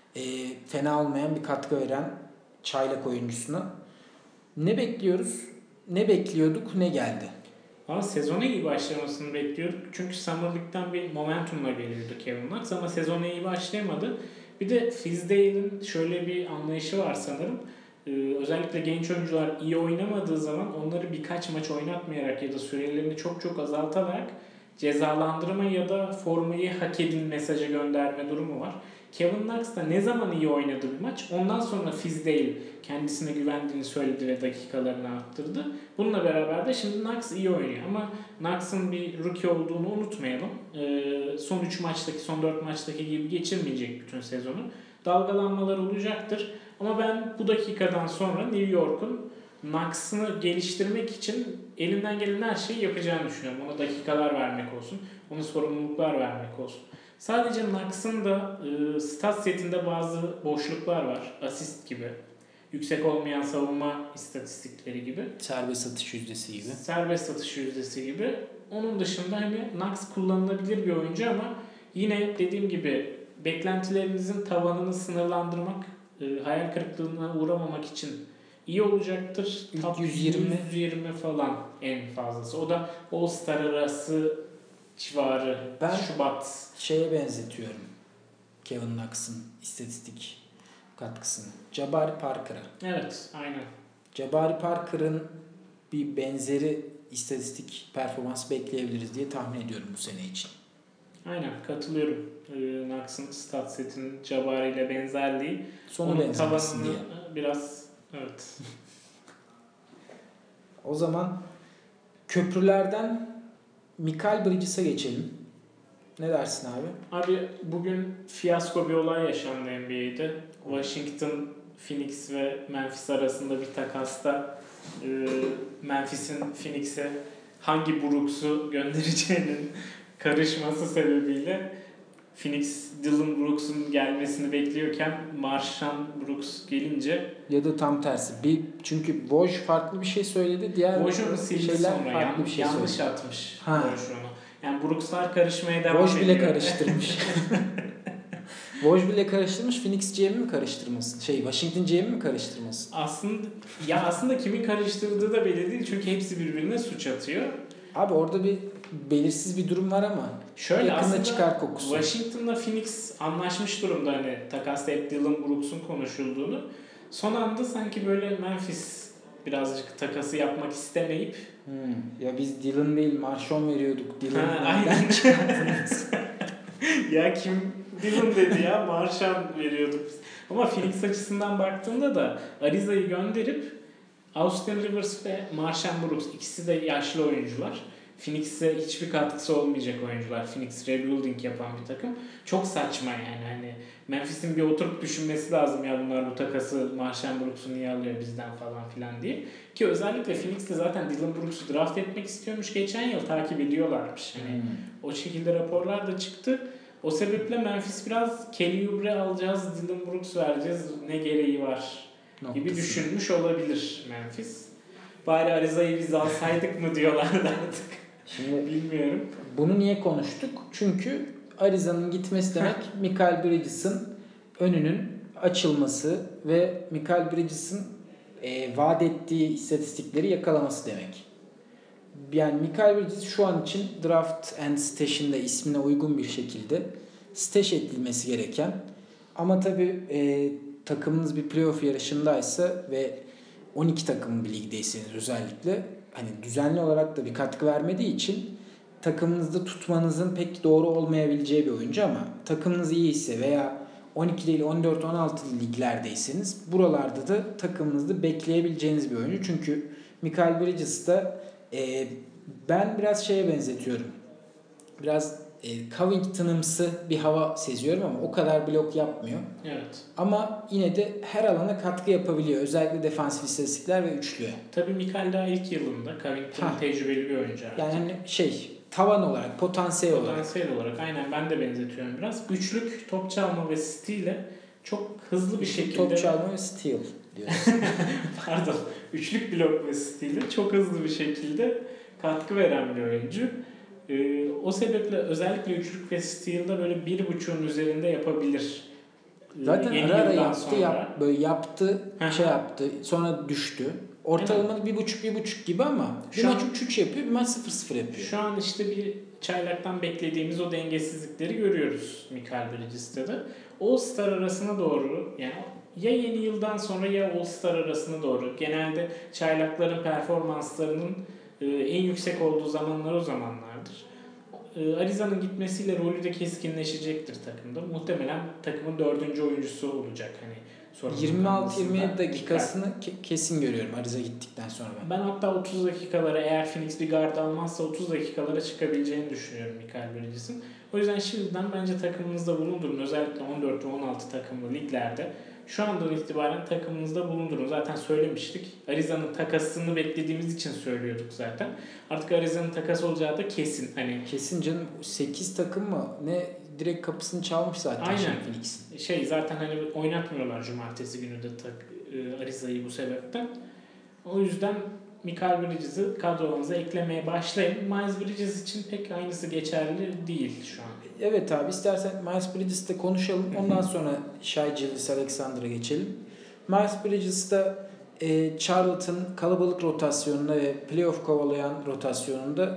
fena olmayan bir katkı veren çaylak oyuncusuna. Ne bekliyoruz? Ne bekliyorduk? Ne geldi? Ama sezona iyi başlamasını bekliyorduk. Çünkü Summer League'den bir momentumla geliyordu Kevin Knox ama sezona iyi başlayamadı. Bir de Fizdale'in şöyle bir anlayışı var sanırım. Özellikle genç oyuncular iyi oynamadığı zaman onları birkaç maç oynatmayarak ya da sürelerini çok çok azaltarak cezalandırma ya da formayı hak edin mesajı gönderme durumu var. Kevin Knox da ne zaman iyi oynadı bir maç ondan sonra Fizdale kendisine güvendiğini söyledi ve dakikalarını arttırdı. Bununla beraber de şimdi Knox iyi oynuyor ama Knox'ın bir rookie olduğunu unutmayalım. Son 3 maçtaki, son 4 maçtaki gibi geçirmeyecek bütün sezonu. Dalgalanmalar olacaktır. Ama ben bu dakikadan sonra New York'un Knox'ını geliştirmek için elinden gelen her şeyi yapacağını düşünüyorum. Ona dakikalar vermek olsun, ona sorumluluklar vermek olsun. Sadece Knox'ın da stat setinde bazı boşluklar var. Asist gibi, yüksek olmayan savunma istatistikleri gibi. Serbest atış yüzdesi gibi. Serbest atış yüzdesi gibi. Onun dışında hani Knox kullanılabilir bir oyuncu ama yine dediğim gibi beklentilerinizin tavanını sınırlandırmak, hayal kırıklığına uğramamak için iyi olacaktır. İlk Top 120 120 falan en fazlası. O da All-Star arası civarı. Ben Şubat. Şeye benzetiyorum Kevin Knox'ın istatistik katkısını. Jabari Parker'a. Evet, aynen. Jabari Parker'ın bir benzeri istatistik performans bekleyebiliriz diye tahmin ediyorum bu sene için. Aynen, katılıyorum. Knox'ın stat setinin Jabari ile benzerliği. Sonu onun benzemesin tavanını diye. biraz, evet. O zaman köprülerden Mikal Bridges'a geçelim. Ne dersin abi? Abi bugün fiyasko bir olay yaşandı NBA'de. Washington, Phoenix ve Memphis arasında bir takasta Memphis'in Phoenix'e hangi Brooks'u göndereceğinin karışması sebebiyle Phoenix Dillon Brooks'un gelmesini bekliyorken Marshawn Brooks gelince Ya da tam tersi. Çünkü Woj farklı bir şey söyledi. Diğer Woj onu sildi şeyler sonra. farklı bir şey yanlış söyledi. atmış Ha. Woj onu. Yani Brooks'lar karışmaya devam Woj ediyor. bile karıştırmış. Woj bile karıştırmış. Phoenix GM'i mi karıştırmasın? Washington GM'i mi karıştırmasın? Aslında kimin karıştırdığı da belli değil. Çünkü hepsi birbirine suç atıyor. Abi orada bir belirsiz bir durum var ama şöyle yakında çıkar kokusu. Washington'la Phoenix anlaşmış durumda, hani takasta hep Dillon Brooks'un konuşulduğunu. Son anda sanki böyle Memphis birazcık takası yapmak istemeyip Ya biz Dillon değil Marshawn veriyorduk. aynen. Ya kim Dillon dedi ya, Marshawn veriyorduk biz. Ama Phoenix açısından baktığında da Ariza'yı gönderip Austin Rivers ve Marshawn Brooks, ikisi de yaşlı oyuncular. Phoenix'e hiçbir katkısı olmayacak oyuncular. Phoenix rebuilding yapan bir takım. Çok saçma yani. Hani Memphis'in bir oturup düşünmesi lazım ya, bunlar bu takası Marshawn Brooks'u niye alıyor bizden falan filan diye. Ki özellikle Phoenix'te zaten Dillon Brooks'u draft etmek istiyormuş. Geçen yıl takip ediyorlarmış. Hani o şekilde raporlar da çıktı. O sebeple Memphis biraz Kelly Oubre alacağız, Dillon Brooks vereceğiz, ne gereği var gibi düşünmüş olabilir Memphis. Bari Ariza'yı biz alsaydık mı diyorlardı artık. Şimdi bilmiyorum. Bunu niye konuştuk? Çünkü Ariza'nın gitmesi demek Mikal Bridges'ın önünün açılması ve Mikal Bridges'ın vaat ettiği istatistikleri yakalaması demek. Yani Mikal Bridges şu an için draft and stash'in de ismine uygun bir şekilde stash edilmesi gereken, ama tabii takımınız bir playoff yarışındaysa ve 12 takımlı bir ligdeyseniz özellikle hani düzenli olarak da bir katkı vermediği için takımınızda tutmanızın pek doğru olmayabileceği bir oyuncu, ama takımınız iyi ise veya 12 değil 14-16 liglerdeyseniz buralarda da takımınızda bekleyebileceğiniz bir oyuncu. Çünkü Mikal Bridges'da ben biraz şeye benzetiyorum. Biraz Covington'ımsı bir hava seziyorum ama o kadar blok yapmıyor. Evet. Ama yine de her alana katkı yapabiliyor. Özellikle defansif istatistikler ve üçlüye. Tabii Mikal daha ilk yılında. Covington tecrübeli bir oyuncu artık. Yani hani tavan olarak, potansiyel olarak aynen, ben de benzetiyorum biraz. Üçlük, top çalma ve steal'e çok hızlı bir şekilde... Top çalma ve steal diyorsun. Pardon. Üçlük, blok ve steal'e çok hızlı bir şekilde katkı veren bir oyuncu. O sebeple özellikle üçlük ve steal'da böyle 1.5'un üzerinde yapabilir. Zaten Yeni ara yaptı, yaptı, sonra düştü. Ortalama 1.5 gibi ama bir maç 3-3 yapıyor, bir maç 0-0 yapıyor. Şu an işte bir çaylaktan beklediğimiz o dengesizlikleri görüyoruz Mikal Bridges'te de. All-Star arasına doğru, yani ya yeni yıldan sonra ya All-Star arasına doğru, genelde çaylakların performanslarının en yüksek olduğu zamanlar o zamanlardır. Ariza'nın gitmesiyle rolü de keskinleşecektir takımda. Muhtemelen takımın 4. oyuncusu olacak. Hani 26-27 dakikasını kesin görüyorum Ariza gittikten sonra ben. Ben hatta 30 dakikalara, eğer Phoenix bir guard almazsa 30 dakikalara çıkabileceğini düşünüyorum Mikal Bridges'in. O yüzden şimdiden bence takımınızda bulundurun. Özellikle 14 ve 16 takımlı liglerde şu andan itibaren takımınızda bulundurun. Zaten söylemiştik. Ariza'nın takasını beklediğimiz için söylüyorduk zaten. Artık Ariza'nın takas olacağı da kesin. Kesin canım. 8 takım mı? Ne direkt kapısını çalmış zaten. Aynen. Phoenix'in. Zaten oynatmıyorlar cumartesi günü de Ariza'yı bu sebepten. O yüzden Mikal Bridges'i kadrolarınıza eklemeye başlayın. Miles Bridges için pek aynısı geçerli değil şu an. Evet abi, istersen Miles Bridges'te konuşalım. Ondan sonra Shai Gilgeous-Alexander'a geçelim. Miles Bridges'ta Charlotte'ın kalabalık rotasyonunda ve playoff kovalayan rotasyonunda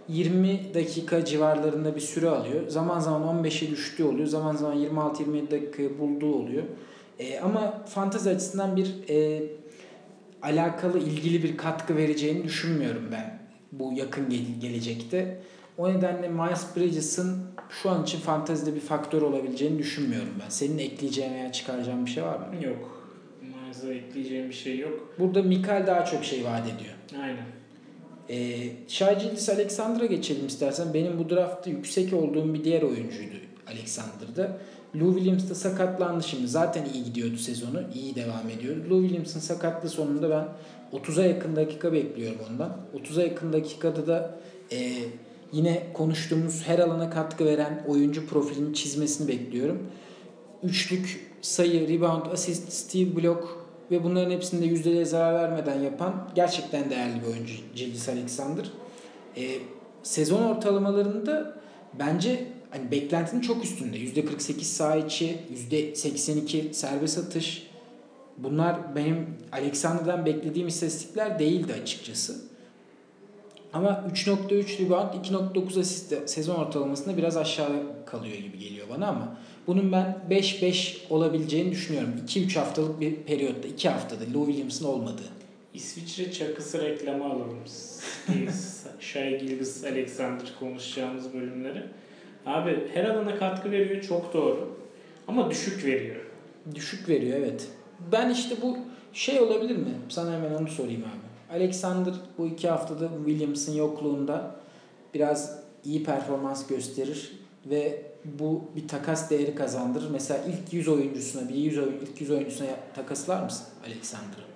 20 dakika civarlarında bir süre alıyor. Zaman zaman 15'e düştüğü oluyor. Zaman zaman 26-27 dakikayı bulduğu oluyor. Ama fantezi açısından bir alakalı, ilgili bir katkı vereceğini düşünmüyorum ben bu yakın gelecekte. O nedenle Miles Bridges'ın şu an için fantezide bir faktör olabileceğini düşünmüyorum ben. Senin ekleyeceğin veya çıkaracağın bir şey var mı? Yok. Miles'a ekleyeceğim bir şey yok. Burada Mikael daha çok şey vaat ediyor. Aynen. Shai Gilgeous-Alexander'a geçelim istersen. Benim bu draftta yüksek olduğum bir diğer oyuncuydu Alexander'da. Lou Williams da sakatlandı şimdi. Zaten iyi gidiyordu sezonu. İyi devam ediyor. Lou Williams'ın sakatlığı sonunda ben 30'a yakın dakika bekliyorum ondan. 30'a yakın dakikada da yine konuştuğumuz her alana katkı veren oyuncu profilini çizmesini bekliyorum. Üçlük, sayı, rebound, asist, steal, blok ve bunların hepsinde yüzdelere zarar vermeden yapan gerçekten değerli bir oyuncu Gilgeous-Alexander. Sezon ortalamalarında bence hani beklentinin çok üstünde. %48 saha içi, %82 serbest atış. Bunlar benim Alexander'dan beklediğim istatistikler değildi açıkçası. Ama 3.3 rebound, 2.9 asist de sezon ortalamasında biraz aşağı kalıyor gibi geliyor bana ama bunun ben 5-5 olabileceğini düşünüyorum. 2-3 haftalık bir periyotta, 2 haftada Lou Williams'ın olmadığı. İsviçre çakısı reklamı alalım. Shai Gilgeous-Alexander konuşacağımız bölümleri. Abi her alana katkı veriyor, çok doğru. Ama düşük veriyor. Düşük veriyor, evet. Ben işte bu şey olabilir mi? Sana hemen onu sorayım abi. Alexander bu 2 haftada Williams'ın yokluğunda biraz iyi performans gösterir ve bu bir takas değeri kazandırır. Mesela ilk 100 oyuncusuna, ilk 100 oyuncusuna takaslar mısın Alexander'ı?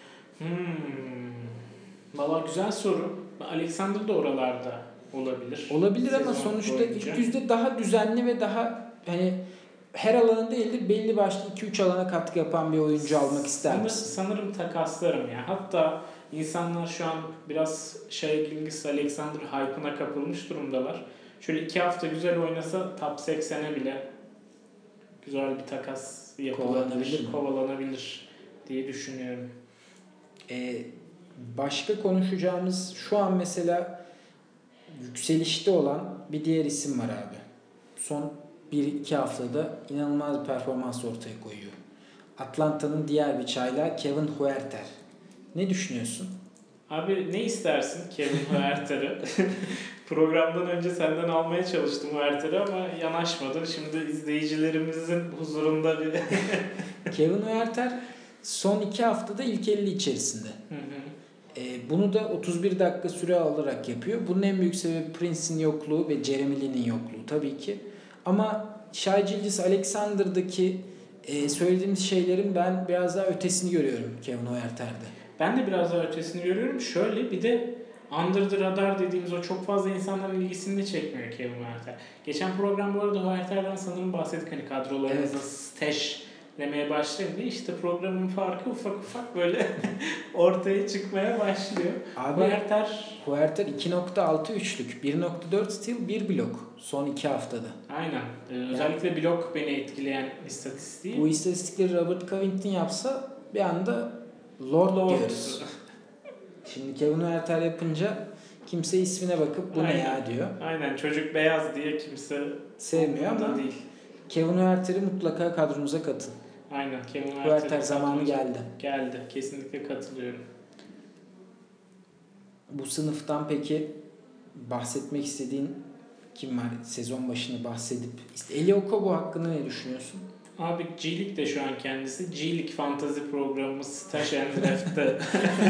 Valla güzel soru. Alexander da oralarda olabilir. Olabilir ama sonuçta boyunca ilk yüzde daha düzenli ve daha hani her alanın değil de belli başlı 2-3 alana katkı yapan bir oyuncu almak ister misin? Sanırım takaslarım ya. Hatta insanlar şu an biraz Shai Gilgeous-Alexander hype'ına kapılmış durumdalar. Şöyle 2 hafta güzel oynasa top 80'e bile güzel bir takas yapılabilir, kovalanabilir diye düşünüyorum. Başka konuşacağımız şu an mesela yükselişte olan bir diğer isim var abi. Son 1-2 haftada inanılmaz bir performans ortaya koyuyor. Atlanta'nın diğer bir çaylağı Kevin Huerter. Ne düşünüyorsun? Abi ne istersin Kevin Huerter'ı? Programdan önce senden almaya çalıştım Huerter'ı ama yanaşmadın. Şimdi izleyicilerimizin huzurunda bir... Kevin Huerter son 2 haftada ilk 50 içerisinde. Bunu da 31 dakika süre alarak yapıyor. Bunun en büyük sebebi Prince'in yokluğu ve Jeremy Lin'in yokluğu tabii ki. Ama Shai Gilgeous-Alexander'daki söylediğimiz şeylerin ben biraz daha ötesini görüyorum Kevin Huerter'de. Ben de biraz daha ötesini görüyorum. Şöyle bir de under the radar dediğimiz o çok fazla insanların ilgisini de çekmiyor Kevin Huerter. Geçen program bu arada Huerter'den sanırım bahsettik hani kadrolarınızda stash demeye başlayınca işte programın farkı ufak ufak böyle ortaya çıkmaya başlıyor. Abi Huerter 2.6 üçlük, 1.4 steal, 1 blok son 2 haftada. Aynen. Özellikle blok beni etkileyen istatistiği. Bu istatistikleri Robert Covington yapsa bir anda Lord diyoruz. Şimdi Kevin Huerter yapınca kimse ismine bakıp bu ne ya diyor. Aynen, çocuk beyaz diye kimse sevmiyor ama değil. Kevin Huerter'i mutlaka kadronuza katın. Aynen, Kevin Huerter zamanı geldi. Geldi. Kesinlikle katılıyorum. Bu sınıftan peki bahsetmek istediğin kim var? Sezon başını bahsedip. Eli Okobo hakkında ne düşünüyorsun? Abi G-League de şu an kendisi. G-League fantazi programımız Stash and Draft'te.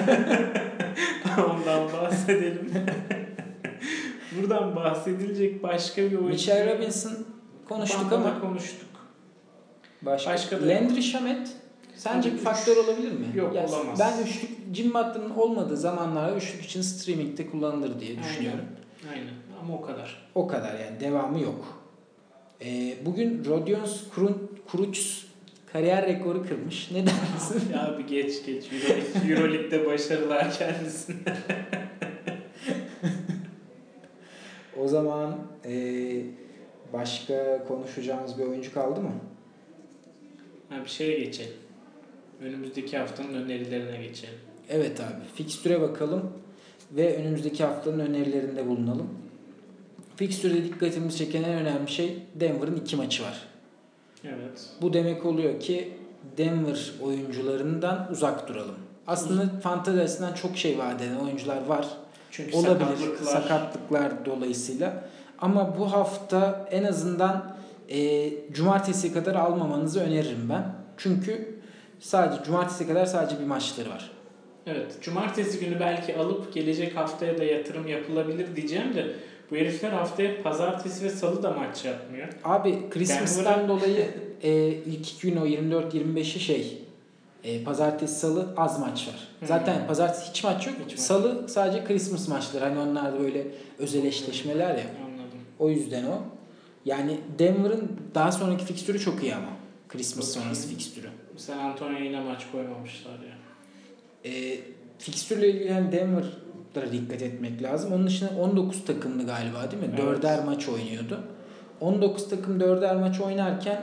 Ondan bahsedelim. Buradan bahsedilecek başka bir oyuncu. Mitchell Robinson konuştuk ama. Konuştuk. Başka da Landry Shamet sence bir faktör olabilir mi? Yok, olamaz. Ben üçlük Jim Butler'ın olmadığı zamanlarda üçlük için streaming'de kullanılır diye düşünüyorum. Aynen. Ama o kadar. O kadar yani. Devamı yok. Bugün Rodion Kurucs kariyer rekoru kırmış. Ne dersin? Abi geç. Euroleague'de başarılar kendisine. O zaman başka konuşacağımız bir oyuncu kaldı mı? Bir şeye geçelim. Önümüzdeki haftanın önerilerine geçelim. Evet abi. Fikstüre bakalım ve önümüzdeki haftanın önerilerinde bulunalım. Fikstürde dikkatimizi çeken en önemli şey Denver'ın 2 maçı var. Evet. Bu demek oluyor ki Denver oyuncularından uzak duralım. Aslında fantezi açısından çok şey vaat eden oyuncular var. Çünkü Olabilir sakatlıklar dolayısıyla. Ama bu hafta en azından cumartesiye kadar almamanızı öneririm ben. Çünkü sadece cumartesiye kadar sadece bir maçları var. Evet. Cumartesi günü belki alıp gelecek haftaya da yatırım yapılabilir diyeceğim de bu herifler haftaya pazartesi ve salı da maç yapmıyor. Abi Christmas'tan dolayı ilk 2 gün o 24-25'i pazartesi salı az maç var. Zaten pazartesi hiç maç yok. Salı sadece Christmas maçları. Hani onlar da böyle özel eşleşmeler ya. Anladım. O yüzden o. Yani Denver'ın daha sonraki fikstürü çok iyi ama. Christmas sonrası fikstürü. San Antonio'ya yine maç koymamışlar ya. Fikstürle ilgili yani Denver'lara dikkat etmek lazım. Onun dışında 19 takımlı galiba değil mi? Evet. 4'er maç oynuyordu. 19 takım 4'er maç oynarken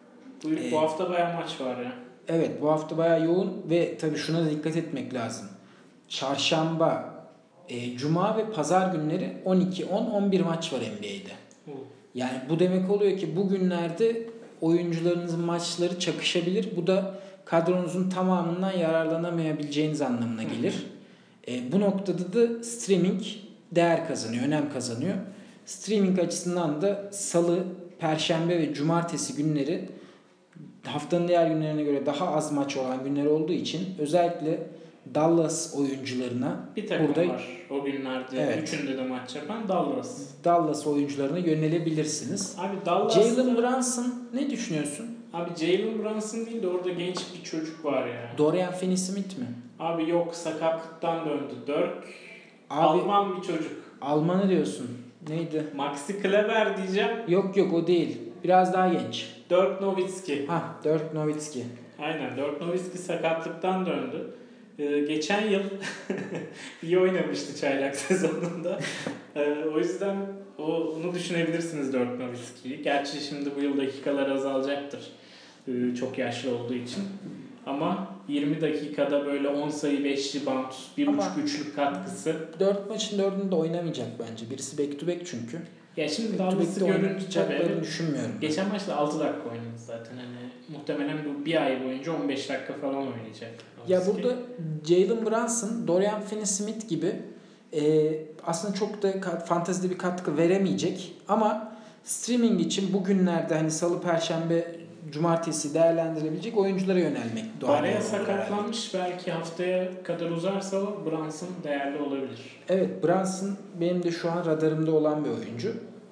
Bu hafta bayağı maç var ya. evet, bu hafta bayağı yoğun ve tabii şuna da dikkat etmek lazım. Çarşamba, cuma ve pazar günleri 12, 10, 11 maç var NBA'de. Yani bu demek oluyor ki bu günlerde oyuncularınızın maçları çakışabilir. Bu da kadronuzun tamamından yararlanamayabileceğiniz anlamına gelir. Bu noktada da streaming değer kazanıyor, önem kazanıyor. Streaming açısından da salı, perşembe ve cumartesi günleri haftanın diğer günlerine göre daha az maç olan günler olduğu için özellikle Dallas oyuncularına bir takım burada var o günlerde. Evet. Üçünde de maç yapan Dallas. Dallas oyuncularına yönelebilirsiniz. Abi Dallas'ta Jalen Brunson ne düşünüyorsun? Abi Jalen Brunson değil de orada genç bir çocuk var ya. Dorian Finney-Smith mi? Abi yok, sakatlıktan döndü. Dirk. Abi, Alman bir çocuk. Almanı diyorsun. Neydi? Maxi Kleber diyeceğim. Yok o değil. Biraz daha genç. Dirk Nowitzki. Dirk Nowitzki. Aynen, Dirk Nowitzki sakatlıktan döndü. Geçen yıl iyi oynamıştı çaylak sezonunda. O yüzden onu düşünebilirsiniz Dirk Nowitzki'yi. Gerçi şimdi bu yıl dakikalar azalacaktır. Çok yaşlı olduğu için. Ama 20 dakikada böyle 10 sayı 5 rebound, 1.5 üçlük katkısı. 4 maçın 4'ünü de oynamayacak bence. Birisi back to back çünkü. Ya şimdi Dallas'ı görünce düşünmüyorum. Geçen maçta 6 dakika oynadı zaten. Hani muhtemelen bu bir ay boyunca 15 dakika falan oynayacak. Ya burada Jalen Brunson, Dorian Finney-Smith gibi aslında çok da fantezide bir katkı veremeyecek ama streaming için bugünlerde hani salı, perşembe, cumartesi değerlendirebilecek oyunculara yönelmek doğal. Araya sakatlanmış, belki haftaya kadar uzarsa Brunson değerli olabilir. Evet, Brunson benim de şu an radarımda olan bir oyuncu.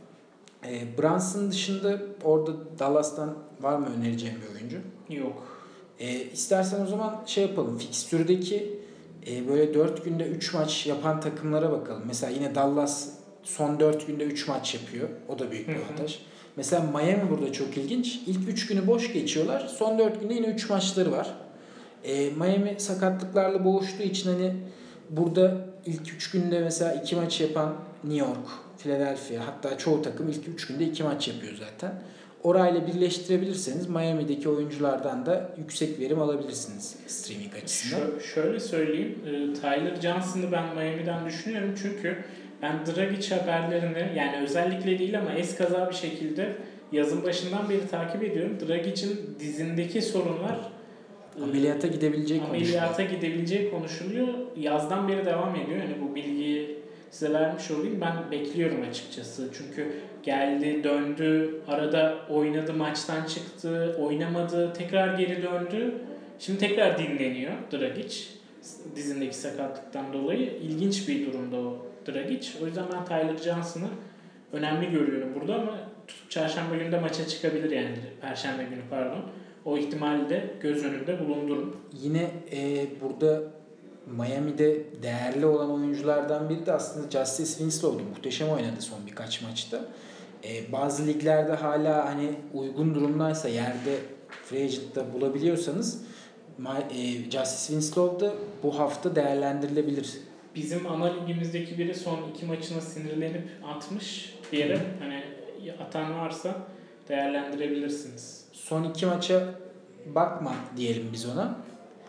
Brunson dışında orada Dallas'tan var mı önereceğim bir oyuncu? Yok. İstersen o zaman şey yapalım. Fikstürdeki böyle 4 günde 3 maç yapan takımlara bakalım. Mesela yine Dallas son 4 günde 3 maç yapıyor. O da büyük bir avantaj. Mesela Miami burada çok ilginç. İlk 3 günü boş geçiyorlar. Son 4 günde yine 3 maçları var. Miami sakatlıklarla boğuştuğu için hani burada ilk 3 günde mesela 2 maç yapan New York, Philadelphia, hatta çoğu takım ilk 3 günde 2 maç yapıyor zaten. Orayla birleştirebilirseniz Miami'deki oyunculardan da yüksek verim alabilirsiniz streaming açısından. Şöyle söyleyeyim. Tyler Johnson'ı ben Miami'den düşünüyorum çünkü ben Dragic haberlerini, yani özellikle değil ama eskaza bir şekilde yazın başından beri takip ediyorum. Dragic'in dizindeki sorunlar ameliyata gidebileceği konuşuluyor. Yazdan beri devam ediyor. Yani bu bilgiyi size vermiş olayım. Ben bekliyorum açıkçası. Çünkü geldi, döndü, arada oynadı, maçtan çıktı, oynamadı, tekrar geri döndü. Şimdi tekrar dinleniyor Dragic. Dizindeki sakatlıktan dolayı. İlginç bir durumda o Dragic. O yüzden ben Tyler Johnson'ı önemli görüyorum burada ama çarşamba günü de maça çıkabilir yani. Perşembe günü pardon. O ihtimali de göz önünde bulundurun. Yine burada Miami'de değerli olan oyunculardan biri de aslında Justice Winslow'du. Muhteşem oynadı son birkaç maçta. Bazı liglerde hala hani uygun durumdaysa yerde free agent'ta bulabiliyorsanız Justice Winslow da bu hafta değerlendirilebilir. Bizim ana ligimizdeki biri son 2 maçına sinirlenip atmış bir yere. Hani atan varsa değerlendirebilirsiniz. Son 2 maça bakma diyelim biz ona.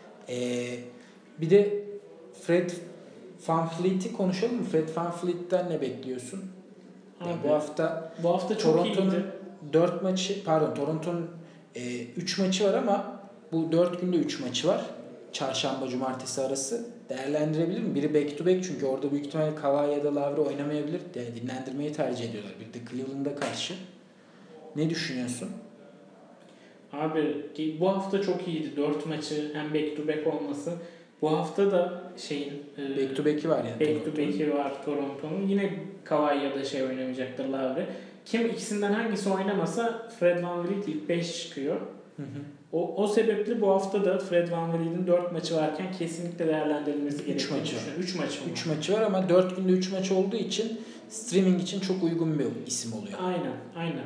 Bir de Fred VanVleet'i konuşalım mı? Fred VanVleet'ten ne bekliyorsun? Yani bu hafta çok Toronto'nun iyiydi. 4 maçı, Toronto'nun 3 maçı var ama bu 4 günde 3 maçı var. Çarşamba, cumartesi arası. Değerlendirebilir mi? Biri back to back, çünkü orada büyük ihtimalle Kawhi ya da Lowry oynamayabilir. Yani dinlendirmeyi tercih ediyorlar. Bir de Cleveland'a karşı. Ne düşünüyorsun? Abi bu hafta çok iyiydi. 4 maçı hem back to back olması. Bu hafta da Back to back'i var yani back to back'i var Toronto'nun. Yine Kawhi ya da oynamayacaktır Lowry. Kim ikisinden hangisi oynamasa Fred VanVleet ilk 5 çıkıyor. Hı hı. O sebeple bu hafta da Fred VanVleet'in 4 maçı varken kesinlikle değerlendirilmesi gerektiğini düşünüyorum. 3 maçı var. 3 maçı var ama 4 günde 3 maç olduğu için streaming için çok uygun bir isim oluyor. Aynen.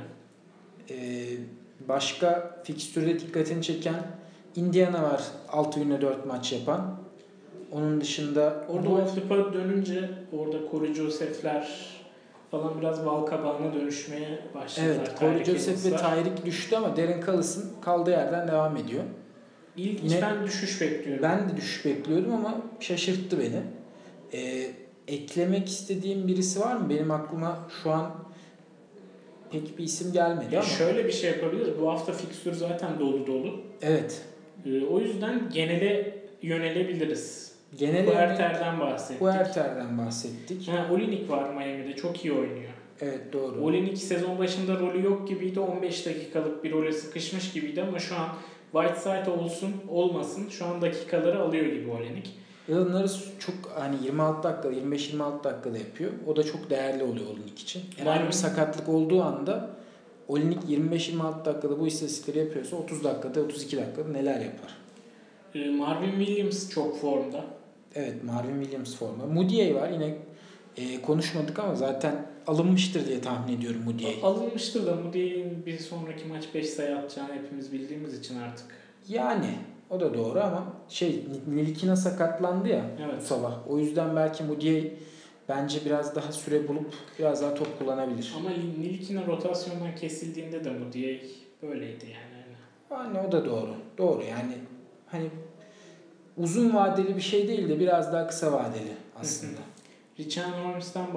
Başka fikstürde dikkatini çeken Indiana var, 6 günde 4 maç yapan. Onun dışında orada Off-the-Pod dönünce orada Corey Joseph'ler falan biraz bal kabağına dönüşmeye başladılar. Evet, Corey Joseph ve Tyreek düştü ama Darren Collison kaldığı yerden devam ediyor. Ben düşüş bekliyorum. Ben de düşüş bekliyordum ama şaşırttı beni. Eklemek istediğim birisi var mı? Benim aklıma şu an pek bir isim gelmedi ama. Şöyle bir şey yapabiliriz. Bu hafta fikstür zaten dolu. Evet. O yüzden genele yönelebiliriz. Huerter'den bahsettik. Olynyk var Miami'de. Çok iyi oynuyor. Evet, doğru. Olynyk sezon başında rolü yok gibiydi. 15 dakikalık bir role sıkışmış gibiydi ama şu an Whiteside olsun olmasın şu an dakikaları alıyor gibi Olynyk. Onları çok 26 dakikada, 25-26 dakikada yapıyor. O da çok değerli oluyor Olynyk için. Herhangi bir sakatlık olduğu anda Olynyk 25-26 dakikada bu istatistikleri yapıyorsa 30 dakikada, 32 dakikada neler yapar? Marvin Williams çok formda. Evet, Marvin Williams formda. Mudiay var yine, konuşmadık ama zaten alınmıştır diye tahmin ediyorum Mudiay. Alınmıştır da Mudiay'in bir sonraki maç 5 sayı atacağını hepimiz bildiğimiz için artık. Yani o da doğru ama Nilikina sakatlandı ya bu sabah. O yüzden belki Mudiay bence biraz daha süre bulup biraz daha top kullanabilir. Ama Nilikina rotasyondan kesildiğinde de Mudiay böyleydi yani. Yani o da doğru. Doğru yani hani uzun vadeli bir şey değil de biraz daha kısa vadeli aslında. Richard Holmes'tan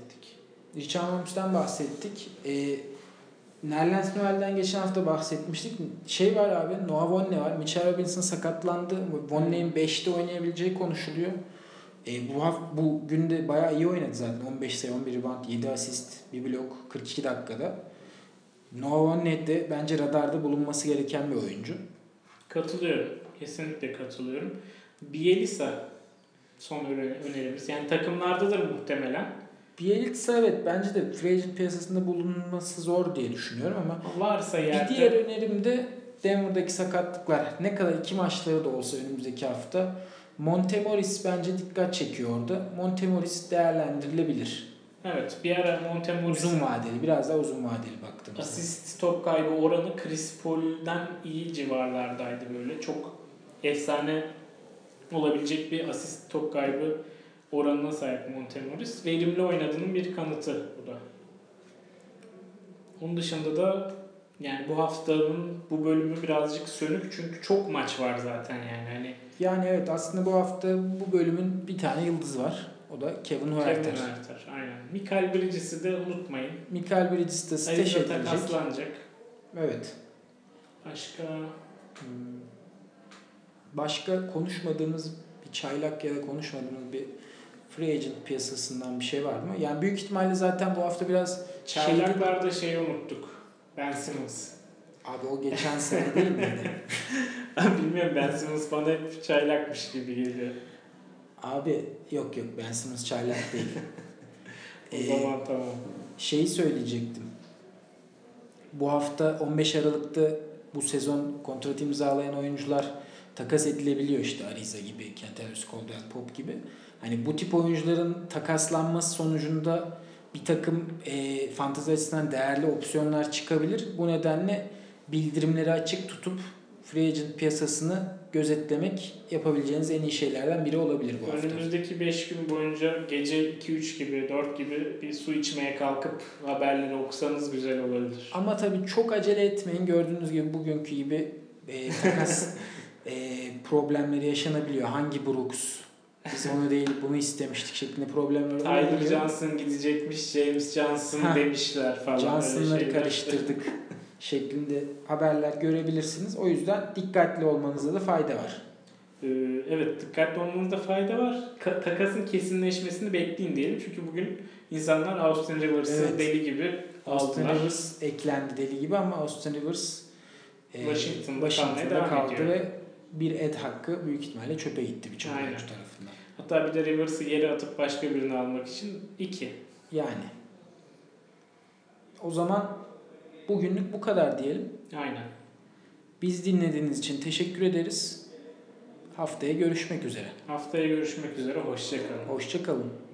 bahsettik. Nerlens Noel'den geçen hafta bahsetmiştik. Var abi, Noah Vonleh var. Mitchell Robinson sakatlandı. Vonleh'in 5'te oynayabileceği konuşuluyor. Bu günde bayağı iyi oynadı zaten. 15 sayı, 11 rebound, 7 asist, 1 blok 42 dakikada. Noah Vonleh de bence radarda bulunması gereken bir oyuncu. Katılıyorum. Kesinlikle katılıyorum. Bielisa son önerimiz. Yani takımlardadır muhtemelen. Bielitsa evet, bence de free agent piyasasında bulunması zor diye düşünüyorum ama varsa yerde. Bir diğer önerim de Denver'daki sakatlıklar. Ne kadar 2 maçları da olsa önümüzdeki hafta Montemoris bence dikkat çekiyor orada. Montemoris değerlendirilebilir. Evet, bir ara Montemoris'in biraz daha uzun vadeli baktığımızda. Asist top kaybı oranı Chris Paul'dan iyi civarlardaydı böyle. Çok efsane olabilecek bir asist top kaybı oranına sahip Montemoris. Verimli oynadığının bir kanıtı bu da. Onun dışında da yani bu haftanın bu bölümü birazcık sönük çünkü çok maç var zaten yani. Yani evet, aslında bu hafta bu bölümün bir tane yıldızı var. O da Kevin Huerter. Aynen. Michael Bridges'i de unutmayın. Michael Bridges de stage edilecek. Takaslanacak. Evet. Başka konuşmadığımız bir çaylak ya da konuşmadığımız bir free agent piyasasından bir şey var mı? Yani büyük ihtimalle zaten bu hafta biraz çaylaklarda unuttuk. Ben Simmons. Abi o geçen sene değil miydi? Bilmiyorum, Ben Simmons bana hep çaylakmış gibi geliyor. Abi yok Ben Simmons çaylak değil. O zaman tamam. Söyleyecektim. Bu hafta 15 Aralık'ta bu sezon kontrat imzalayan oyuncular takas edilebiliyor, işte Ariza gibi, Kentavious Caldwell Pope gibi. Hani bu tip oyuncuların takaslanması sonucunda bir takım fantezi açısından değerli opsiyonlar çıkabilir. Bu nedenle bildirimleri açık tutup free agent piyasasını gözetlemek yapabileceğiniz en iyi şeylerden biri olabilir bu hafta. Önümüzdeki 5 gün boyunca gece 2-3 gibi, 4 gibi bir su içmeye kalkıp haberleri okusanız güzel olabilir. Ama tabii çok acele etmeyin. Gördüğünüz gibi bugünkü gibi takas problemleri yaşanabiliyor. Hangi Brooks, biz onu değil bunu istemiştik şeklinde problemler Tyler olabiliyor. Johnson gidecekmiş, James Johnson demişler falan. Johnson'ları karıştırdık şeklinde haberler görebilirsiniz. O yüzden dikkatli olmanızda da fayda var. Evet, dikkatli olmanızda fayda var. Takasın kesinleşmesini bekleyin diyelim. Çünkü bugün insanlar Austin Rivers'ı deli gibi Austin aldılar. Rivers eklendi deli gibi ama Austin Rivers Washington'da kaldı ve bir ed hakkı büyük ihtimalle çöpe gitti birçok oyuncu tarafından. Hatta bir de Rivers'ı yere atıp başka birini almak için 2. Yani. O zaman bugünlük bu kadar diyelim. Aynen. Biz dinlediğiniz için teşekkür ederiz. Haftaya görüşmek üzere. Haftaya görüşmek üzere. Hoşça kalın. Hoşça kalın.